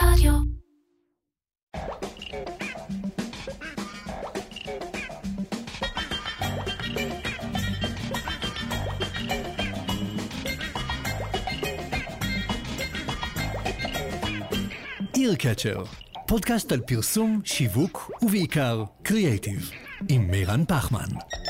רדיו. אירקצ'ר, פודקאסט על פרסום, שיווק ובעיקר קריאייטיב, עם מירן פחמן.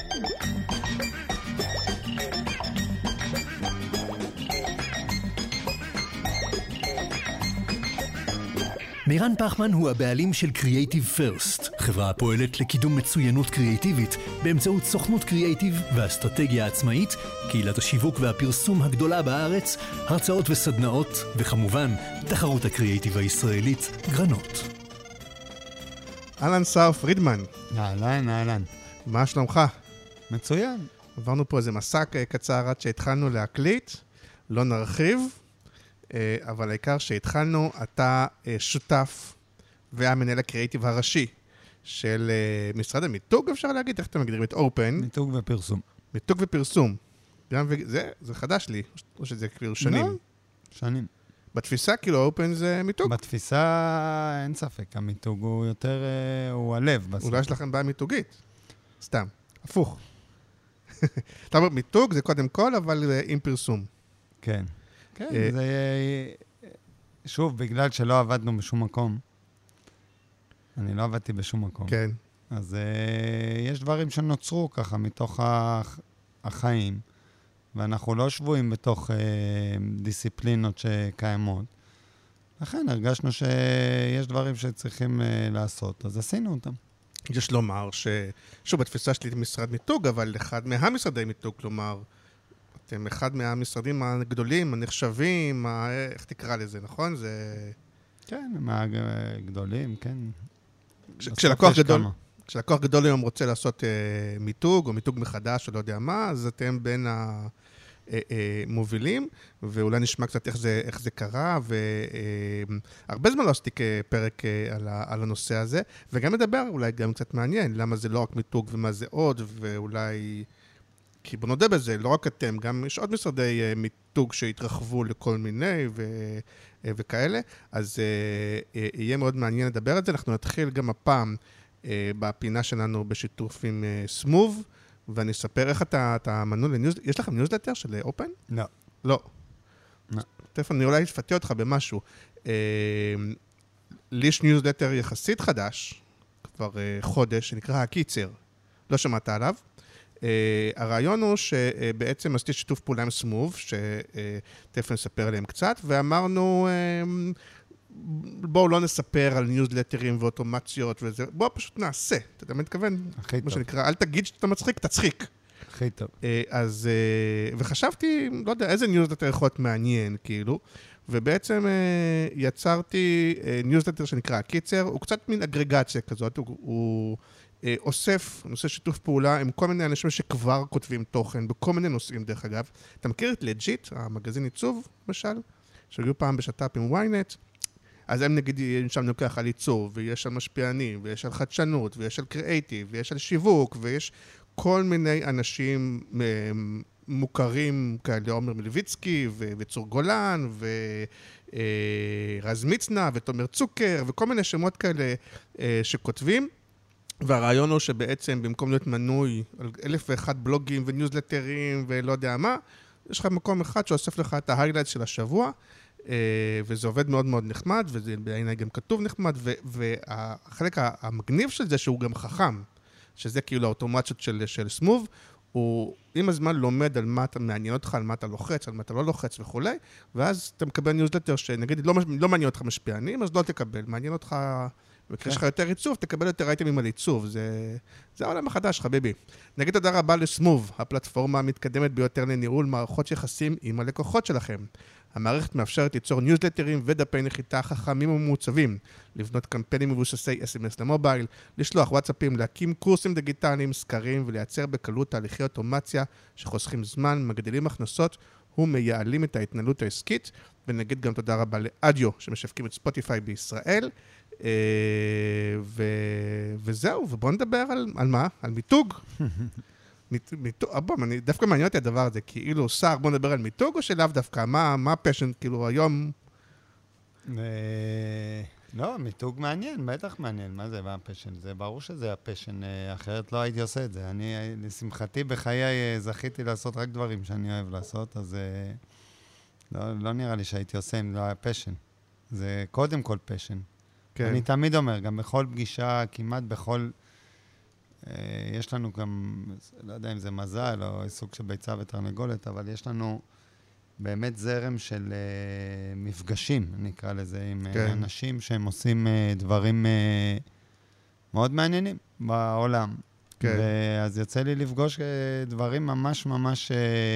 מירן פחמן הוא הבעלים של קריאייטיב פירסט, חברה הפועלת לקידום מצוינות קריאייטיבית באמצעות סוכנות קריאייטיב ואסטרטגיה עצמאית, קהילת השיווק והפרסום הגדולה בארץ, הרצאות וסדנאות, וכמובן, תחרות הקריאייטיב הישראלית, גרנות. אהלן שר פרידמן. אהלן. מה שלומך? מצוין. עברנו פה איזה מסע קצר עד שהתחלנו להקליט, לא נרחיב, אבל העיקר שהתחלנו, אתה שותף והמנהל הקריאייטיב הראשי של משרד המיתוג, אפשר להגיד, איך אתם מגדירים את אופן? מיתוג ופרסום. מיתוג ופרסום. זה חדש לי, או שזה כאילו שנים? לא, שנים. בתפיסה כאילו אופן זה מיתוג? בתפיסה אין ספק, המיתוג הוא יותר, הוא הלב בסוף. אולי יש לכם בעיה מיתוגית. סתם, הפוך. אתה אומר, מיתוג זה קודם כל, אבל עם פרסום. כן. כן, זה... שוב, בגלל שלא עבדנו בשום מקום, אני לא עבדתי בשום מקום. כן. אז יש דברים שנוצרו ככה מתוך החיים, ואנחנו לא שבועים בתוך דיסציפלינות שקיימות. לכן הרגשנו שיש דברים שצריכים לעשות, אז עשינו אותם. יש לומר שוב, בתפיסה שלי משרד מיתוג, אבל אחד מהמשרדי מיתוג, כלומר, אתם אחד מהמשרדים הגדולים, הנחשבים, איך תקרא לזה, נכון? זה... כן, מהגדולים, כן. כשלקוח גדול היום רוצה לעשות מיתוג, או מיתוג מחדש, או לא יודע מה, אז אתם בין המובילים, ואולי נשמע קצת איך זה קרה, והרבה זמן לא עשיתי פרק על הנושא הזה, וגם מדבר אולי גם קצת מעניין, למה זה לא רק מיתוג ומה זה עוד, ואולי... כי בוא נודה בזה, לא רק אתם, גם יש עוד משרדי מיתוג שהתרחבו לכל מיני וכאלה, אז יהיה מאוד מעניין לדבר על זה. אנחנו נתחיל גם הפעם בפינה שלנו בשיתוף עם סמוב, ואני אספר איך אתה מנוי לניוזלטר. יש לכם ניוזלטר של אופן? לא. לא. לא. טלפון, אני אולי אפתיע אותך במשהו. לי יש ניוזלטר יחסית חדש, כבר חודש, שנקרא הקיצר. לא שמעת עליו. הרעיון הוא שבעצם עשיתי שיתוף פעולה עם סמוב, שתכף נספר עליהם קצת, ואמרנו, בואו לא נספר על ניוזלטרים ואוטומציות וזה, בואו פשוט נעשה. אתה יודע מה מתכוון? הכי טוב. שנקרא, אל תגיד שאתה מצחיק, תצחיק. הכי טוב. אז, וחשבתי, לא יודע, איזה ניוזלטר יכול להיות מעניין, כאילו, ובעצם יצרתי ניוזלטר שנקרא הקיצר, הוא קצת מין אגרגציה כזאת, הוא אוסף, נושא שיתוף פעולה עם כל מיני אנשים שכבר כותבים תוכן, בכל מיני נושאים דרך אגב. אתה מכיר את לג'יט, המגזין עיצוב, למשל, שהגיעו פעם בשת"פ עם ynet, אז הם נגיד שם לוקח על עיצוב, ויש על משפיענים, ויש על חדשנות, ויש על קריאייטיב, ויש על שיווק, ויש כל מיני אנשים מוכרים כאלה, עומר מלביצקי, וצור גולן, ורז מצנע, ותומר צוקר, וכל מיני שמות כאלה שכותבים. והרעיון הוא שבעצם במקום להיות מנוי על 1,001 בלוגים וניוזלטרים ולא יודע מה, יש לך מקום אחד שאוסף לך את ההיילייט של השבוע, וזה עובד מאוד מאוד נחמד, וזה בעיניי גם כתוב נחמד, והחלק המגניב של זה שהוא גם חכם, שזה כאילו האוטומציות של סמוב, הוא עם הזמן לומד על מה אתה מעניין אותך, על מה אתה לוחץ, על מה אתה לא לוחץ וכו', ואז אתה מקבל ניוזלטר שנגיד לא מעניין אותך משפיענים, אז לא תקבל, מעניין אותך... וכש לך יותר עיצוב, תקבל יותר אייטמים על עיצוב. זה העולם החדש, חביבי. נגיד תודה רבה לסמוב, הפלטפורמה המתקדמת ביותר לניהול מערכות יחסים עם הלקוחות שלכם. המערכת מאפשרת ליצור ניוזלטרים ודפי נחיתה חכמים ומעוצבים, לבנות קמפיינים מבוססי SMS למובייל, לשלוח וואטסאפים, להקים קורסים דיגיטליים, סקרים ולייצר בקלות תהליכי אוטומציה שחוסכים זמן, מגדילים הכנסות ומייעלים את ההתנהלות העסקית. ונגיד גם תודה רבה לאדיו שמשווקים את ספוטיפיי בישראל. וזהו, ובואו נדבר על מה? על מיתוג. דווקא מעניין אותי הדבר הזה, כאילו, שר, בואו נדבר על מיתוג או שלאו דווקא? מה הפשן, כאילו, היום? לא, מיתוג מעניין, בטח מעניין. מה זה, מה הפשן? זה ברור שזה הפשן, אחרת לא הייתי עושה את זה. אני, לשמחתי, בחיי זכיתי לעשות רק דברים שאני אוהב לעשות, אז לא נראה לי שהייתי עושה אם לא היה פשן. זה קודם כל פשן. כן. אני תמיד אומר, גם בכל פגישה, כמעט בכל... יש לנו גם, לא יודע אם זה מזל או סוג של ביצה ותרנגולת, אבל יש לנו באמת זרם של מפגשים, נקרא לזה, עם אנשים שהם עושים דברים מאוד מעניינים בעולם. כן. ואז יוצא לי לפגוש דברים ממש ממש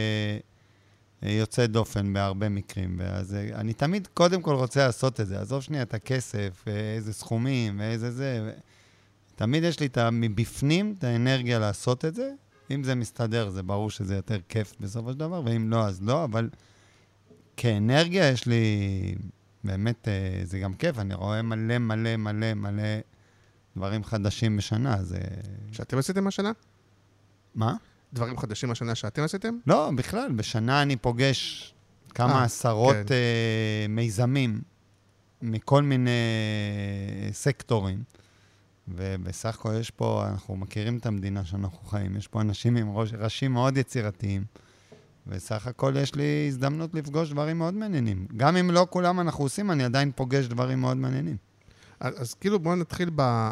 יוצא דופן בהרבה מקרים. ואז אני תמיד קודם כל רוצה לעשות את זה. עזוב שנייה את הכסף, איזה סכומים, ואיזה זה. תמיד יש לי מבפנים את האנרגיה לעשות את זה. אם זה מסתדר, זה ברור שזה יותר כיף בסופו של דבר, ואם לא, אז לא. אבל כאנרגיה יש לי באמת, זה גם כיף. אני רואה מלא מלא מלא מלא דברים חדשים בשנה. שאתם עשיתם השנה? מה? דברים חדשים השנה שאתם עשיתם? לא, בכלל. בשנה אני פוגש כמה עשרות מיזמים מכל מיני סקטורים. ובסך הכל יש פה, אנחנו מכירים את המדינה שאנחנו חיים, יש פה אנשים עם ראשים מאוד יצירתיים, וסך הכל יש לי הזדמנות לפגוש דברים מאוד מעניינים. גם אם לא כולם אנחנו עושים, אני עדיין פוגש דברים מאוד מעניינים. אז כאילו בואו נתחיל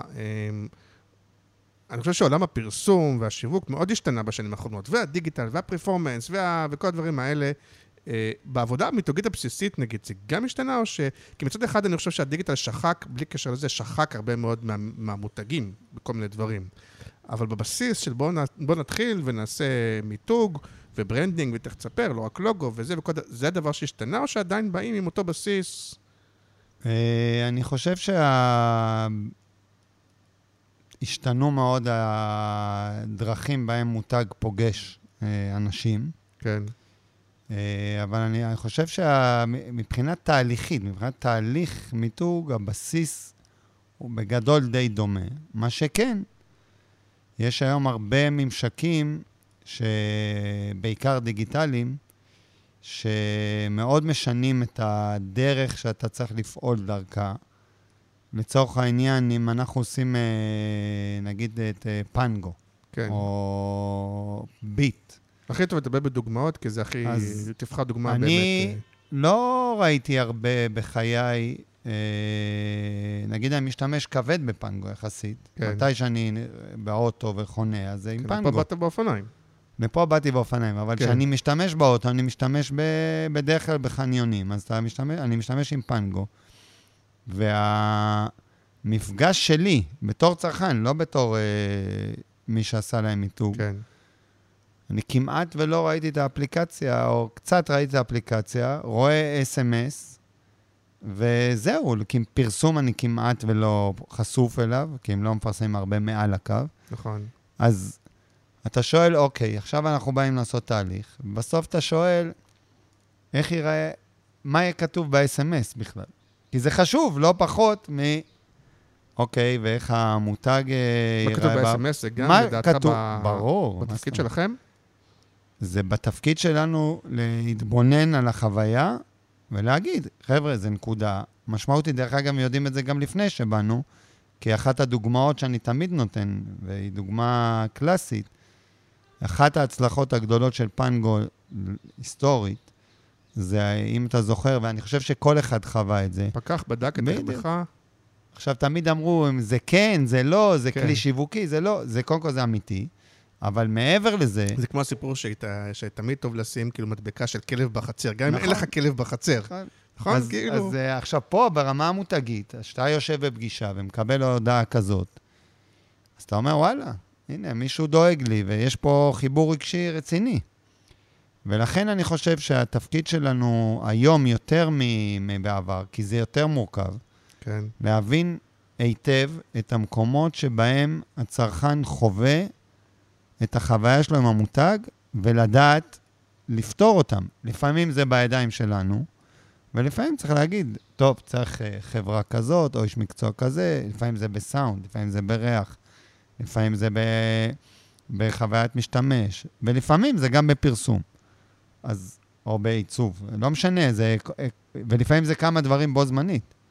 אני חושב שעולם הפרסום והשיווק מאוד השתנה בשנים האחרונות, והדיגיטל והפרפורמנס וכל הדברים האלה, בעבודה המיתוגית הבסיסית, נגיד, זה גם השתנה או כי מצד אחד אני חושב שהדיגיטל שחק, בלי קשר לזה, שחק הרבה מאוד מהמותגים בכל מיני דברים. אבל בבסיס של בואו נתחיל ונעשה מיתוג וברנדינג ותכף תספר, לא רק לוגו וזה וכל זה הדבר שהשתנה או שעדיין באים עם אותו בסיס? אני חושב השתנו מאוד הדרכים בהם מותג פוגש אנשים. כן. אבל אני חושב שמבחינת תהליכית, מבחינת תהליך מיתוג, הבסיס הוא בגדול די דומה. מה שכן, יש היום הרבה ממשקים, בעיקר דיגיטליים, שמאוד משנים את הדרך שאתה צריך לפעול דרכה. לצורך העניין, אם אנחנו עושים, נגיד, את פנגו, כן. או ביט, הכי טוב לדבר בדוגמאות, כי זה הכי... תבחר דוגמה באמת. אני לא ראיתי הרבה בחיי, נגיד אני משתמש כבד בפנגו יחסית, מתי שאני באוטו וחונה, אז זה עם פנגו. לפה באת באופניים. לפה באתי באופניים, אבל כשאני משתמש באוטו, אני משתמש בדרך כלל בחניונים, אז אני משתמש עם פנגו. והמפגש שלי, בתור צרכן, לא בתור מי שעשה להם מיתוג, כן. אני כמעט ולא ראיתי את האפליקציה, או קצת ראיתי את האפליקציה, רואה SMS, וזהו, כי פרסום אני כמעט ולא חשוף אליו, כי הם לא מפרסמים הרבה מעל הקו. נכון. אז אתה שואל, אוקיי, עכשיו אנחנו באים לעשות תהליך, ובסוף אתה שואל, איך ייראה, מה יהיה כתוב ב-SMS בכלל? כי זה חשוב, לא פחות אוקיי, ואיך המותג ייראה... מה כתוב ב-SMS? זה גם לדעתך ברור. בתפקיד שלכם? זה בתפקיד שלנו להתבונן על החוויה ולהגיד, חבר'ה, זה נקודה משמעותית. דרך אגב, יודעים את זה גם לפני שבאנו, כי אחת הדוגמאות שאני תמיד נותן, והיא דוגמה קלאסית, אחת ההצלחות הגדולות של פנגו היסטורית, זה אם אתה זוכר, ואני חושב שכל אחד חווה את זה. פקח בדק את עצמך. עכשיו, תמיד אמרו, זה כן, זה לא, זה כלי שיווקי, זה לא, זה קודם כל זה אמיתי. אבל מעבר לזה... זה כמו הסיפור שתמיד טוב לשים כאילו מדבקה של כלב בחצר, גם אם אין לך כלב בחצר. נכון? אז עכשיו פה, ברמה המותגית, שאתה יושב בפגישה ומקבל הודעה כזאת, אז אתה אומר, וואלה, הנה, מישהו דואג לי, ויש פה חיבור רגשי רציני. ולכן אני חושב שהתפקיד שלנו היום יותר מבעבר, כי זה יותר מורכב, כן. להבין היטב את המקומות שבהם הצרכן חווה את החוויה שלו עם המותג, ולדעת לפתור אותם. לפעמים זה בידיים שלנו, ולפעמים צריך להגיד, טוב, צריך חברה כזאת, או איש מקצוע כזה, לפעמים זה בסאונד, לפעמים זה בריח, לפעמים זה בחוויית משתמש, ולפעמים זה גם בפרסום. אז, או בעיצוב, לא משנה, ולפעמים זה כמה דברים בו זמנית.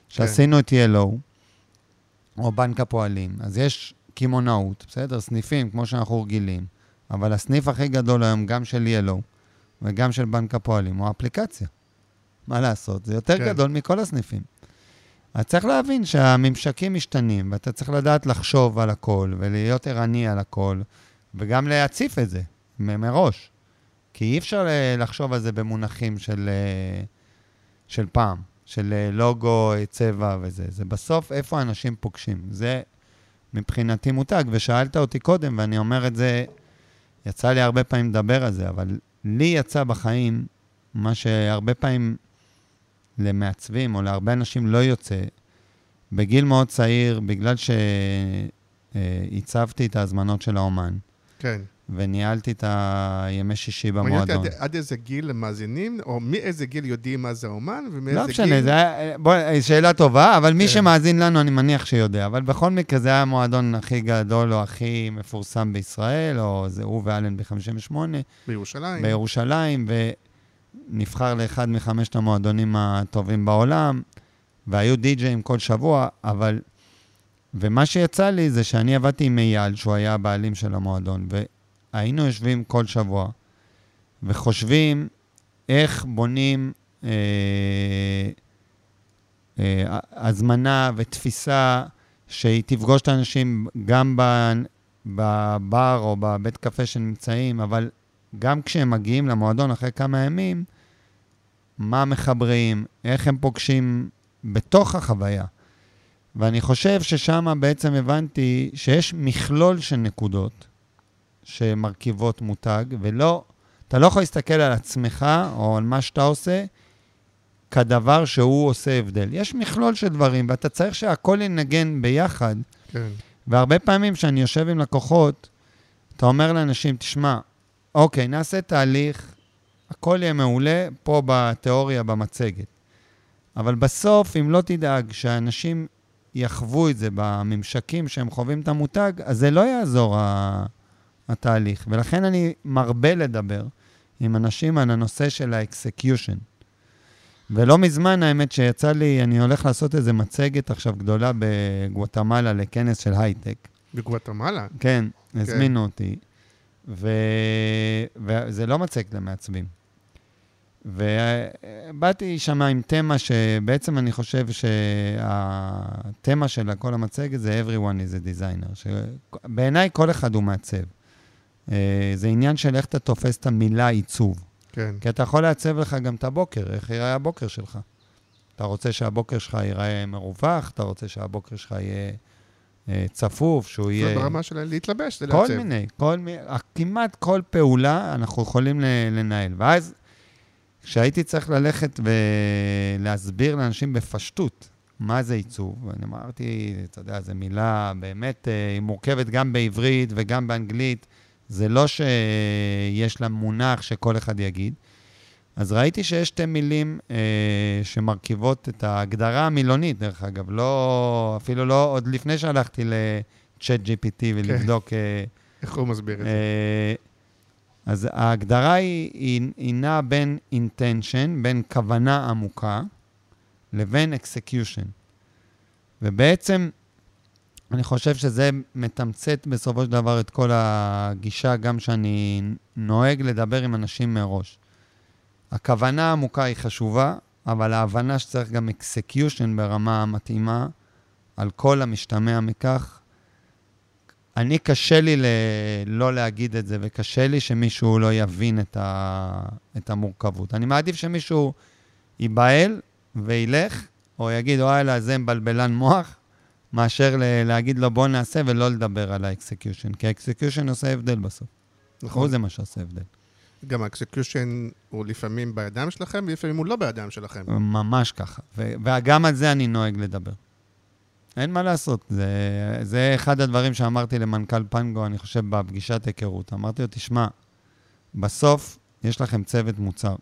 שעשינו את ילו, או בנק הפועלים, אז יש כימונאות, בסדר? סניפים, כמו שאנחנו רגילים, אבל הסניף הכי גדול היום, גם של ילו, וגם של בנק הפועלים, הוא האפליקציה. מה לעשות? זה יותר גדול מכל הסניפים. אז צריך להבין שהממשקים משתנים, ואתה צריך לדעת לחשוב על הכל, ולהיות ערני על הכל, וגם להציף את זה מראש. כי אי אפשר לחשוב על זה במונחים של פעם, של לוגו, צבע וזה. זה בסוף איפה אנשים פוגשים. זה מבחינתי מותג, ושאלת אותי קודם, ואני אומר את זה, יצא לי הרבה פעמים לדבר על זה, אבל לי יצא בחיים, מה שהרבה פעמים למעצבים, או להרבה אנשים לא יוצא, בגיל מאוד צעיר, בגלל שהצבתי את ההזמנות של האומן, כן. וניהלתי את הימי שישי במועדון. עד איזה גיל מאזינים, או מאיזה גיל יודעים מה זה האומן, ומאיזה לא משנה, שאלה טובה, אבל מי שמאזין לנו, אני מניח שיודע. אבל בכל מקרה, זה היה המועדון הכי גדול, או הכי מפורסם בישראל, או זה הוא ואלן ב-58. בירושלים, ונבחר לאחד מחמשת המועדונים הטובים בעולם, והיו די-ג'אים כל שבוע, אבל... ומה שיצא לי זה שאני עבדתי עם אייל, שהוא היה הבעלים של המועדון, היינו יושבים כל שבוע, וחושבים איך בונים הזמנה ותפיסה שהיא תפגוש את האנשים גם בבר או בבית קפה שנמצאים, אבל גם כשהם מגיעים למועדון אחרי כמה ימים, מה מחברים, איך הם פוגשים בתוך החוויה. ואני חושב ששם בעצם הבנתי שיש מכלול של נקודות, שמרכיבות מותג, אתה לא יכול להסתכל על עצמך, או על מה שאתה עושה, כדבר שהוא עושה הבדל. יש מכלול של דברים, ואתה צריך שהכל ינגן ביחד. כן. והרבה פעמים שאני יושב עם לקוחות, אתה אומר לאנשים, תשמע, אוקיי, נעשה תהליך, הכל יהיה מעולה, פה בתיאוריה, במצגת. אבל בסוף, אם לא תדאג שהאנשים יחוו את זה בממשקים שהם חווים את המותג, אז זה לא יעזור התהליך. ולכן אני מרבה לדבר עם אנשים על הנושא של האקסקיושן. ולא מזמן, האמת שיצא לי, אני הולך לעשות איזו מצגת עכשיו גדולה בגואטמלה לכנס של הייטק. בגואטמלה? כן, הזמינו אותי. וזה לא מצגת למעצבים. ובאתי שם עם תמה שבעצם אני חושב שהתמה של כל המצגת זה everyone is a designer. שבעיניי כל אחד הוא מעצב. זה עניין של איך אתה תופס את המילה עיצוב. כן. כי אתה יכול לעצב לך גם את הבוקר, איך ייראה הבוקר שלך. אתה רוצה שהבוקר שלך ייראה מרווח, אתה רוצה שהבוקר שלך יהיה צפוף, שהוא יהיה... זה ברמה של להתלבש, זה לעצב. כל מיני, כמעט כל פעולה אנחנו יכולים לנהל. ואז כשהייתי צריך ללכת ולהסביר לאנשים בפשטות מה זה עיצוב, ואני אמרתי, אתה יודע, זו מילה באמת, היא מורכבת גם בעברית וגם באנגלית, זה לא שיש לה מונח שכל אחד יגיד. אז ראיתי שיש שתי מילים שמרכיבות את ההגדרה המילונית, דרך אגב, לא, אפילו לא, עוד לפני שהלכתי ל-Chat GPT ולבדוק... איך הוא מסביר את זה? אז ההגדרה היא נעה בין intention, בין כוונה עמוקה, לבין execution. ובעצם, אני חושב שזה מתמצת בסופו של דבר את כל הגישה, גם שאני נוהג לדבר עם אנשים מראש. הכוונה העמוקה היא חשובה, אבל ההבנה שצריך גם execution ברמה המתאימה, על כל המשתמע מכך, אני קשה לי לא להגיד את זה, וקשה לי שמישהו לא יבין את המורכבות. אני מעדיף שמישהו ייבהל וילך, או יגיד, אלא זה מבלבלן מוח, מאשר להגיד לו בוא נעשה ולא לדבר על האקסקיושן, כי האקסקיושן עושה הבדל בסוף. נכון. זה מה שעושה הבדל. גם האקסקיושן הוא לפעמים בידיים שלכם, ולפעמים הוא לא בידיים שלכם. ממש ככה. וגם על זה אני נוהג לדבר. אין מה לעשות. זה אחד הדברים שאמרתי למנכ"ל פנגו, אני חושב, בפגישת היכרות. אמרתי לו, תשמע, בסוף יש לכם צוות מוצר.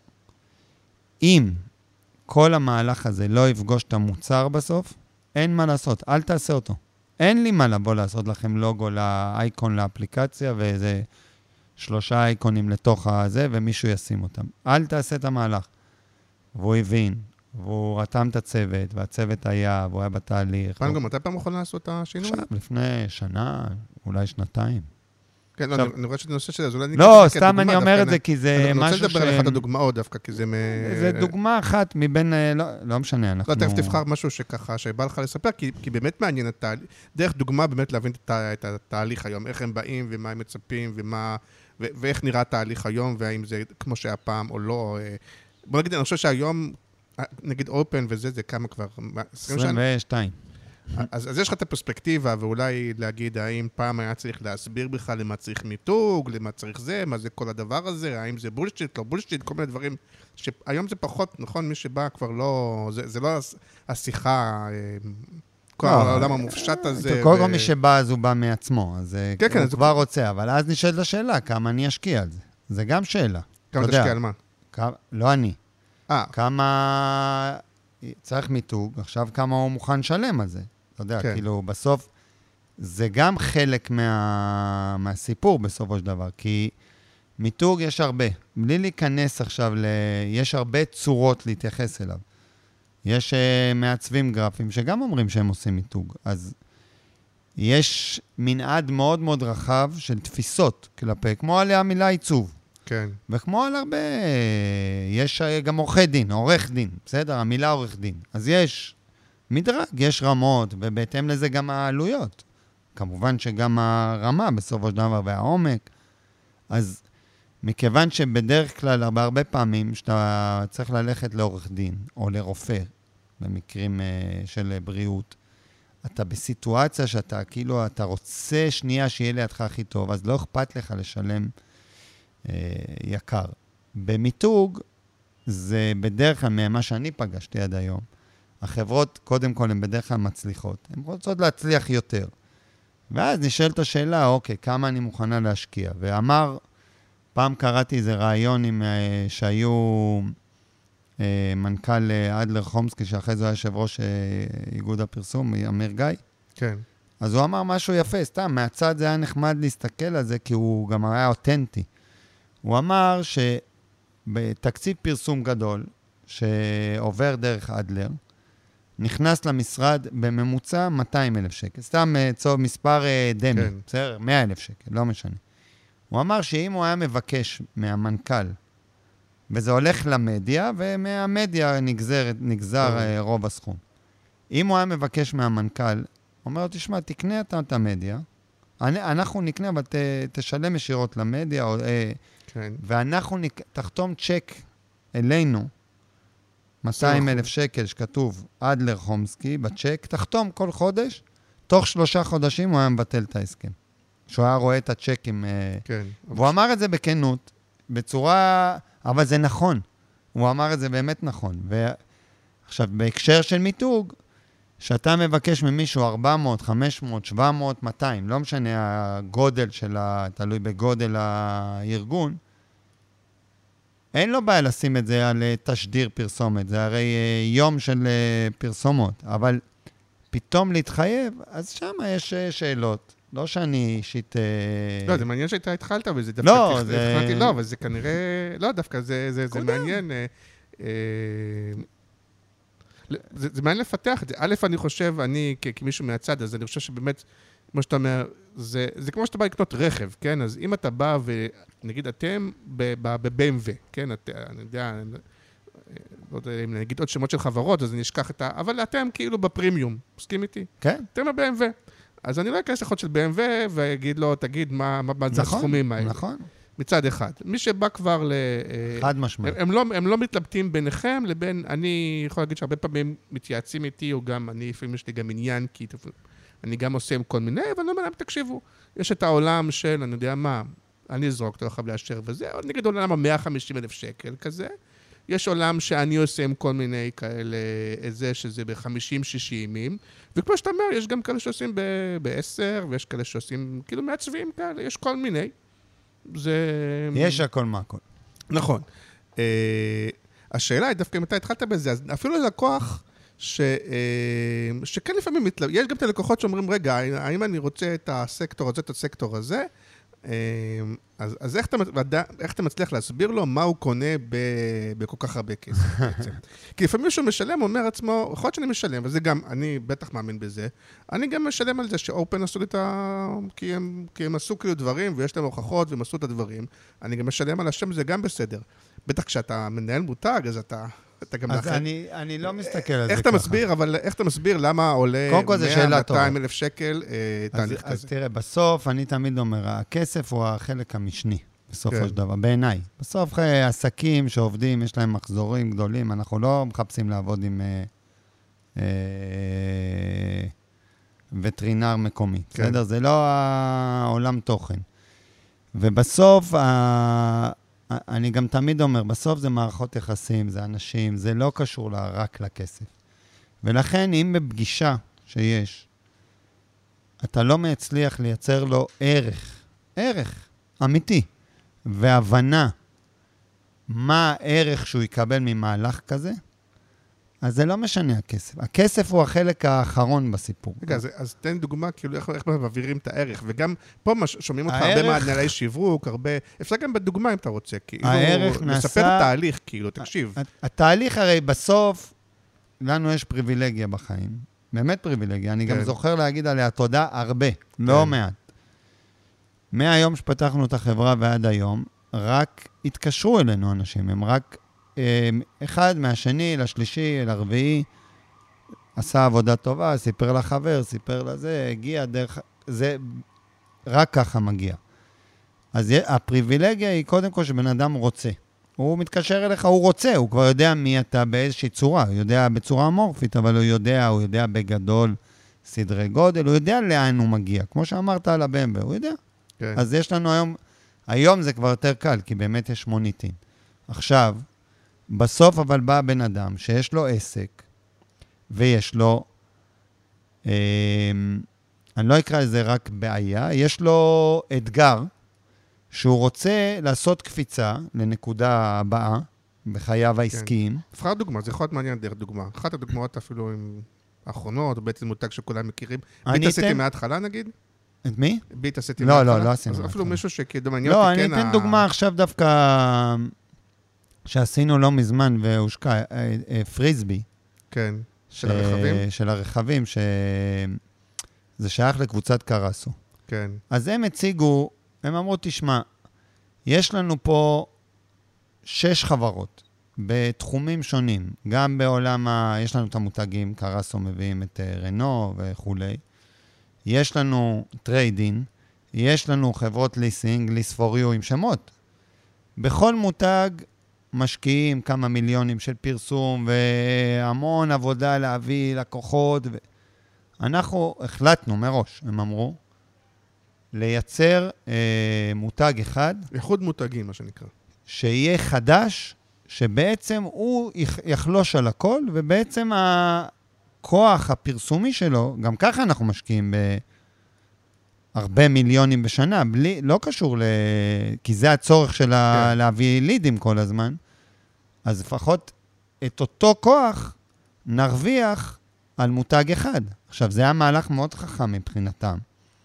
אם כל המהלך הזה לא יפגוש את המוצר בסוף, אין מה לעשות, אל תעשה אותו. אין לי מה לבוא לעשות לכם לוגו לאייקון לאפליקציה, ואיזה 3 אייקונים לתוך הזה, ומישהו ישים אותם. אל תעשה את המהלך. והוא הבין, והוא רתם את הצוות, והצוות היה, והוא היה בתהליך. פעם גם מתי פעם יכולה לעשות את השינוי? עכשיו, לפני שנה, אולי שנתיים. כן, לא, אני רואה שזה נושא שזה, אז אולי... לא, סתם אני אומר את זה, כי זה משהו אני רוצה לדבר על אחת הדוגמאות דווקא, כי זה... זה דוגמה אחת מבין, לא משנה, אנחנו... לא, תכף תבחר משהו שככה, שבא לך לספר, כי באמת מעניין את התהליך, דרך דוגמה באמת להבין את התהליך היום, איך הם באים ומה הם מצפים ואיך נראה התהליך היום, והאם זה כמו שהיה פעם או לא. בוא נגיד, אני חושב שהיום, נגיד אופן וזה, זה כמה כבר? 20 שנה? 22. אז יש לך את הפרספקטיבה, ואולי להגיד, האם פעם היה צריך להסביר בכלל למה צריך מיתוג, למה צריך זה, מה זה כל הדבר הזה, האם זה בולשיט, לא בולשיט, כל מיני דברים, שהיום זה פחות, נכון, מי שבא כבר לא, זה לא השיחה, כל העולם המופשט הזה. כל מי שבא, אז הוא בא מעצמו, אז הוא כבר רוצה, אבל אז נשאלת השאלה, כמה אני אשקיע על זה? זה גם שאלה. כמה תשקיע על מה? לא אני. כמה צריך מיתוג, עכשיו כמה הוא מוכן לשלם על זה. אתה יודע, כאילו, בסוף, זה גם חלק מהסיפור בסופו של דבר, כי מיתוג יש הרבה. בלי להיכנס עכשיו, יש הרבה צורות להתייחס אליו. יש מעצבים גרפיים שגם אומרים שהם עושים מיתוג. אז יש מנעד מאוד מאוד רחב של תפיסות כלפי, כמו על המילה עיצוב. כן. וכמו על הרבה, יש גם עורכי דין, עורך דין, בסדר? המילה עורך דין. אז יש מדרג, יש רמות, ובהתאם לזה גם העלויות. כמובן שגם הרמה בסופו של דבר והעומק. אז מכיוון שבדרך כלל, הרבה פעמים, שאתה צריך ללכת לעורך דין, או לרופא, במקרים של בריאות, אתה בסיטואציה שאתה כאילו, אתה רוצה שנייה שיהיה לידך הכי טוב, אז לא אכפת לך לשלם יקר. במיתוג, זה בדרך כלל, ממה שאני פגשתי עד היום, החברות, קודם כל, הן בדרך כלל מצליחות. הן רוצות להצליח יותר. ואז נשאלת השאלה, אוקיי, כמה אני מוכנה להשקיע? ואמר, פעם קראתי איזה רעיון עם, שהיו מנכ"ל אדלר חומסקי, שאחרי זה היה יושב ראש איגוד הפרסום, אמיר גיא. כן. אז הוא אמר משהו יפה, סתם, מהצד זה היה נחמד להסתכל על זה, כי הוא גם היה אותנטי. הוא אמר שבתקציב פרסום גדול, שעובר דרך אדלר, נכנס למשרד בממוצע 200,000 שקל. סתם מספר דמי, כן. בסדר? 100,000 שקל, לא משנה. הוא אמר שאם הוא היה מבקש מהמנכ"ל, וזה הולך למדיה, ומהמדיה נגזר רוב הסכום. אם הוא היה מבקש מהמנכ"ל, הוא אומר לו, תשמע, תקנה את המדיה, אנחנו נקנה, אבל תשלם ישירות למדיה, כן. ואנחנו תחתום צ'ק אלינו, 200,000 שקל שכתוב אדלר חומסקי בצ'ק, תחתום כל חודש, תוך 3 חודשים הוא היה מבטל את ההסכם. שהוא היה רואה את הצ'קים. כן. והוא אמר את זה בכנות, בצורה, אבל זה נכון. הוא אמר את זה באמת נכון. ועכשיו, בהקשר של מיתוג, שאתה מבקש ממישהו 400, 500, 700, 200, לא משנה הגודל שלה, תלוי בגודל הארגון, אין לו בעיה לשים את זה על תשדיר פרסומת, זה הרי יום של פרסומות, אבל פתאום להתחייב, אז שם יש שאלות. לא שאני אישית... לא, זה מעניין שהייתה התחלת בזה. לא, זה... לא, אבל זה כנראה... לא, דווקא זה מעניין. זה מעניין לפתח את זה. א', אני חושב, אני כמישהו מהצד, אז אני חושב שבאמת, כמו שאתה אומר, זה כמו שאתה בא לקנות רכב, כן? אז אם אתה בא ונגיד אתם ב-BMW, כן? אני יודע, לא יודע אם נגיד עוד שמות של חברות, אז אני אשכח את אבל אתם כאילו בפרימיום, מסכים איתי? כן. אתם ב-BMW. אז אני לא אכנס לחוד של BMW ואגיד לו, תגיד מה זה הסכומים האלה. נכון. מצד אחד. מי שבא כבר ל... חד משמעית. הם לא מתלבטים ביניכם לבין, אני יכול להגיד שהרבה פעמים מתייעצים איתי, או גם, לפעמים יש לי גם עניין, כי אני גם עושה עם כל מיני, אבל אני אומר להם, תקשיבו, יש את העולם של, אני יודע מה, אני אזרוק, אתה לא חייב לאשר וזה, או נגיד עולם ה-150,000 שקל כזה, יש עולם שאני עושה עם כל מיני כאלה, איזה שזה ב-50-60, וכמו שאתה אומר, יש גם כאלה שעושים ב-10, ויש כאלה שעושים, כאילו מעצבים כאלה, יש כל מיני. יש הכל מהכל. נכון. השאלה היא דווקא אם אתה התחלת בזה, אז אפילו ללקוח שכן לפעמים יש גם את הלקוחות שאומרים, רגע, האם אני רוצה את הסקטור הזה, את הסקטור הזה, אז איך אתה מצליח להסביר לו מה הוא קונה בכל כך הרבה כסף בעצם? כי לפעמים מישהו משלם, הוא אומר עצמו, יכול להיות שאני משלם, וזה גם, אני בטח מאמין בזה, אני גם משלם על זה שאופן עשו לי את כי הם עשו כאילו דברים, ויש להם הוכחות, והם עשו את הדברים, אני גם משלם על השם, זה גם בסדר. בטח כשאתה מנהל מותג, אז אתה גם אז אני לא מסתכל על זה איך אתה מסביר, אבל איך אתה מסביר למה עולה 100-200 אלף שקל תהליך כזה? אז תראה, בסוף אני תמיד אומר, הכסף הוא החלק המשני, בסופו של דבר, בעיניי. בסוף עסקים שעובדים, יש להם מחזורים גדולים, אנחנו לא מחפשים לעבוד עם וטרינר מקומי, בסדר? זה לא העולם תוכן. ובסוף אני גם תמיד אומר, בסוף זה מערכות יחסים, זה אנשים, זה לא קשור רק לכסף. ולכן, אם בפגישה שיש, אתה לא מצליח לייצר לו ערך אמיתי, והבנה מה הערך שהוא יקבל ממהלך כזה, אז זה לא משנה הכסף. הכסף הוא החלק האחרון בסיפור. רגע, אז תן דוגמה, כאילו, איך מעבירים את הערך, וגם פה שומעים אותך הרבה מענייני שיווק, הרבה, אפשר גם בדוגמה אם אתה רוצה, כאילו, לספר את התהליך, כאילו, תקשיב. התהליך הרי בסוף, לנו יש פריבילגיה בחיים, באמת פריבילגיה, אני גם זוכר להגיד עליה תודה הרבה, לא מעט. מהיום שפתחנו את החברה ועד היום, רק התקשרו אלינו אנשים, הם רק אחד מהשני, לשלישי, לרביעי, עשה עבודה טובה, סיפר לחבר, סיפר לזה, הגיע דרך, זה רק ככה מגיע. אז הפריבילגיה היא קודם כל שבן אדם רוצה. הוא מתקשר אליך, הוא רוצה, הוא כבר יודע מי אתה באיזושהי צורה, הוא יודע בצורה אמורפית, אבל הוא יודע בגדול סדרי גודל, הוא יודע לאן הוא מגיע, כמו שאמרת על הבמבה, הוא יודע. כן. אז יש לנו היום זה כבר יותר קל, כי באמת יש מוניטין. עכשיו, בסוף אבל בא בן אדם שיש לו עסק, ויש לו, אני לא אקרא לזה רק בעיה, יש לו אתגר, שהוא רוצה לעשות קפיצה לנקודה הבאה, בחייו העסקיים. תבחר דוגמה, זה יכול להיות מעניין דרך דוגמה. אחת הדוגמאות אפילו עם האחרונות, או בעצם מותג שכולם מכירים. ביט עשיתי מההתחלה נגיד? את מי? ביט עשיתי מההתחלה. לא עשינו. אז אפילו מישהו שכאילו מעניין אותי כן. לא, אני אתן דוגמה עכשיו דווקא, שעשינו לא מזמן והושקע, פריסבי. כן. של הרכבים? של הרכבים, זה שייך לקבוצת קרסו. כן. אז הם הציגו, הם אמרו, תשמע, יש לנו פה 6 חברות בתחומים שונים, גם בעולם, יש לנו את המותגים, קרסו מביאים את רנו וכו'. יש לנו טריידין, יש לנו חברות ליסינג, ליספוריו עם שמות. בכל מותג משקיעים כמה מיליונים של פרסום והמון עבודה להביא לקוחות. אנחנו החלטנו מראש, הם אמרו, לייצר מותג אחד. איחוד מותגים, מה שנקרא. שיהיה חדש, שבעצם הוא יחלוש על הכל, ובעצם הכוח הפרסומי שלו, גם ככה אנחנו משקיעים בהרבה מיליונים בשנה, לא קשור כי זה הצורך של להביא לידים כל הזמן, אז לפחות את אותו כוח נרוויח על מותג אחד. עכשיו, זה היה מהלך מאוד חכם מבחינתם.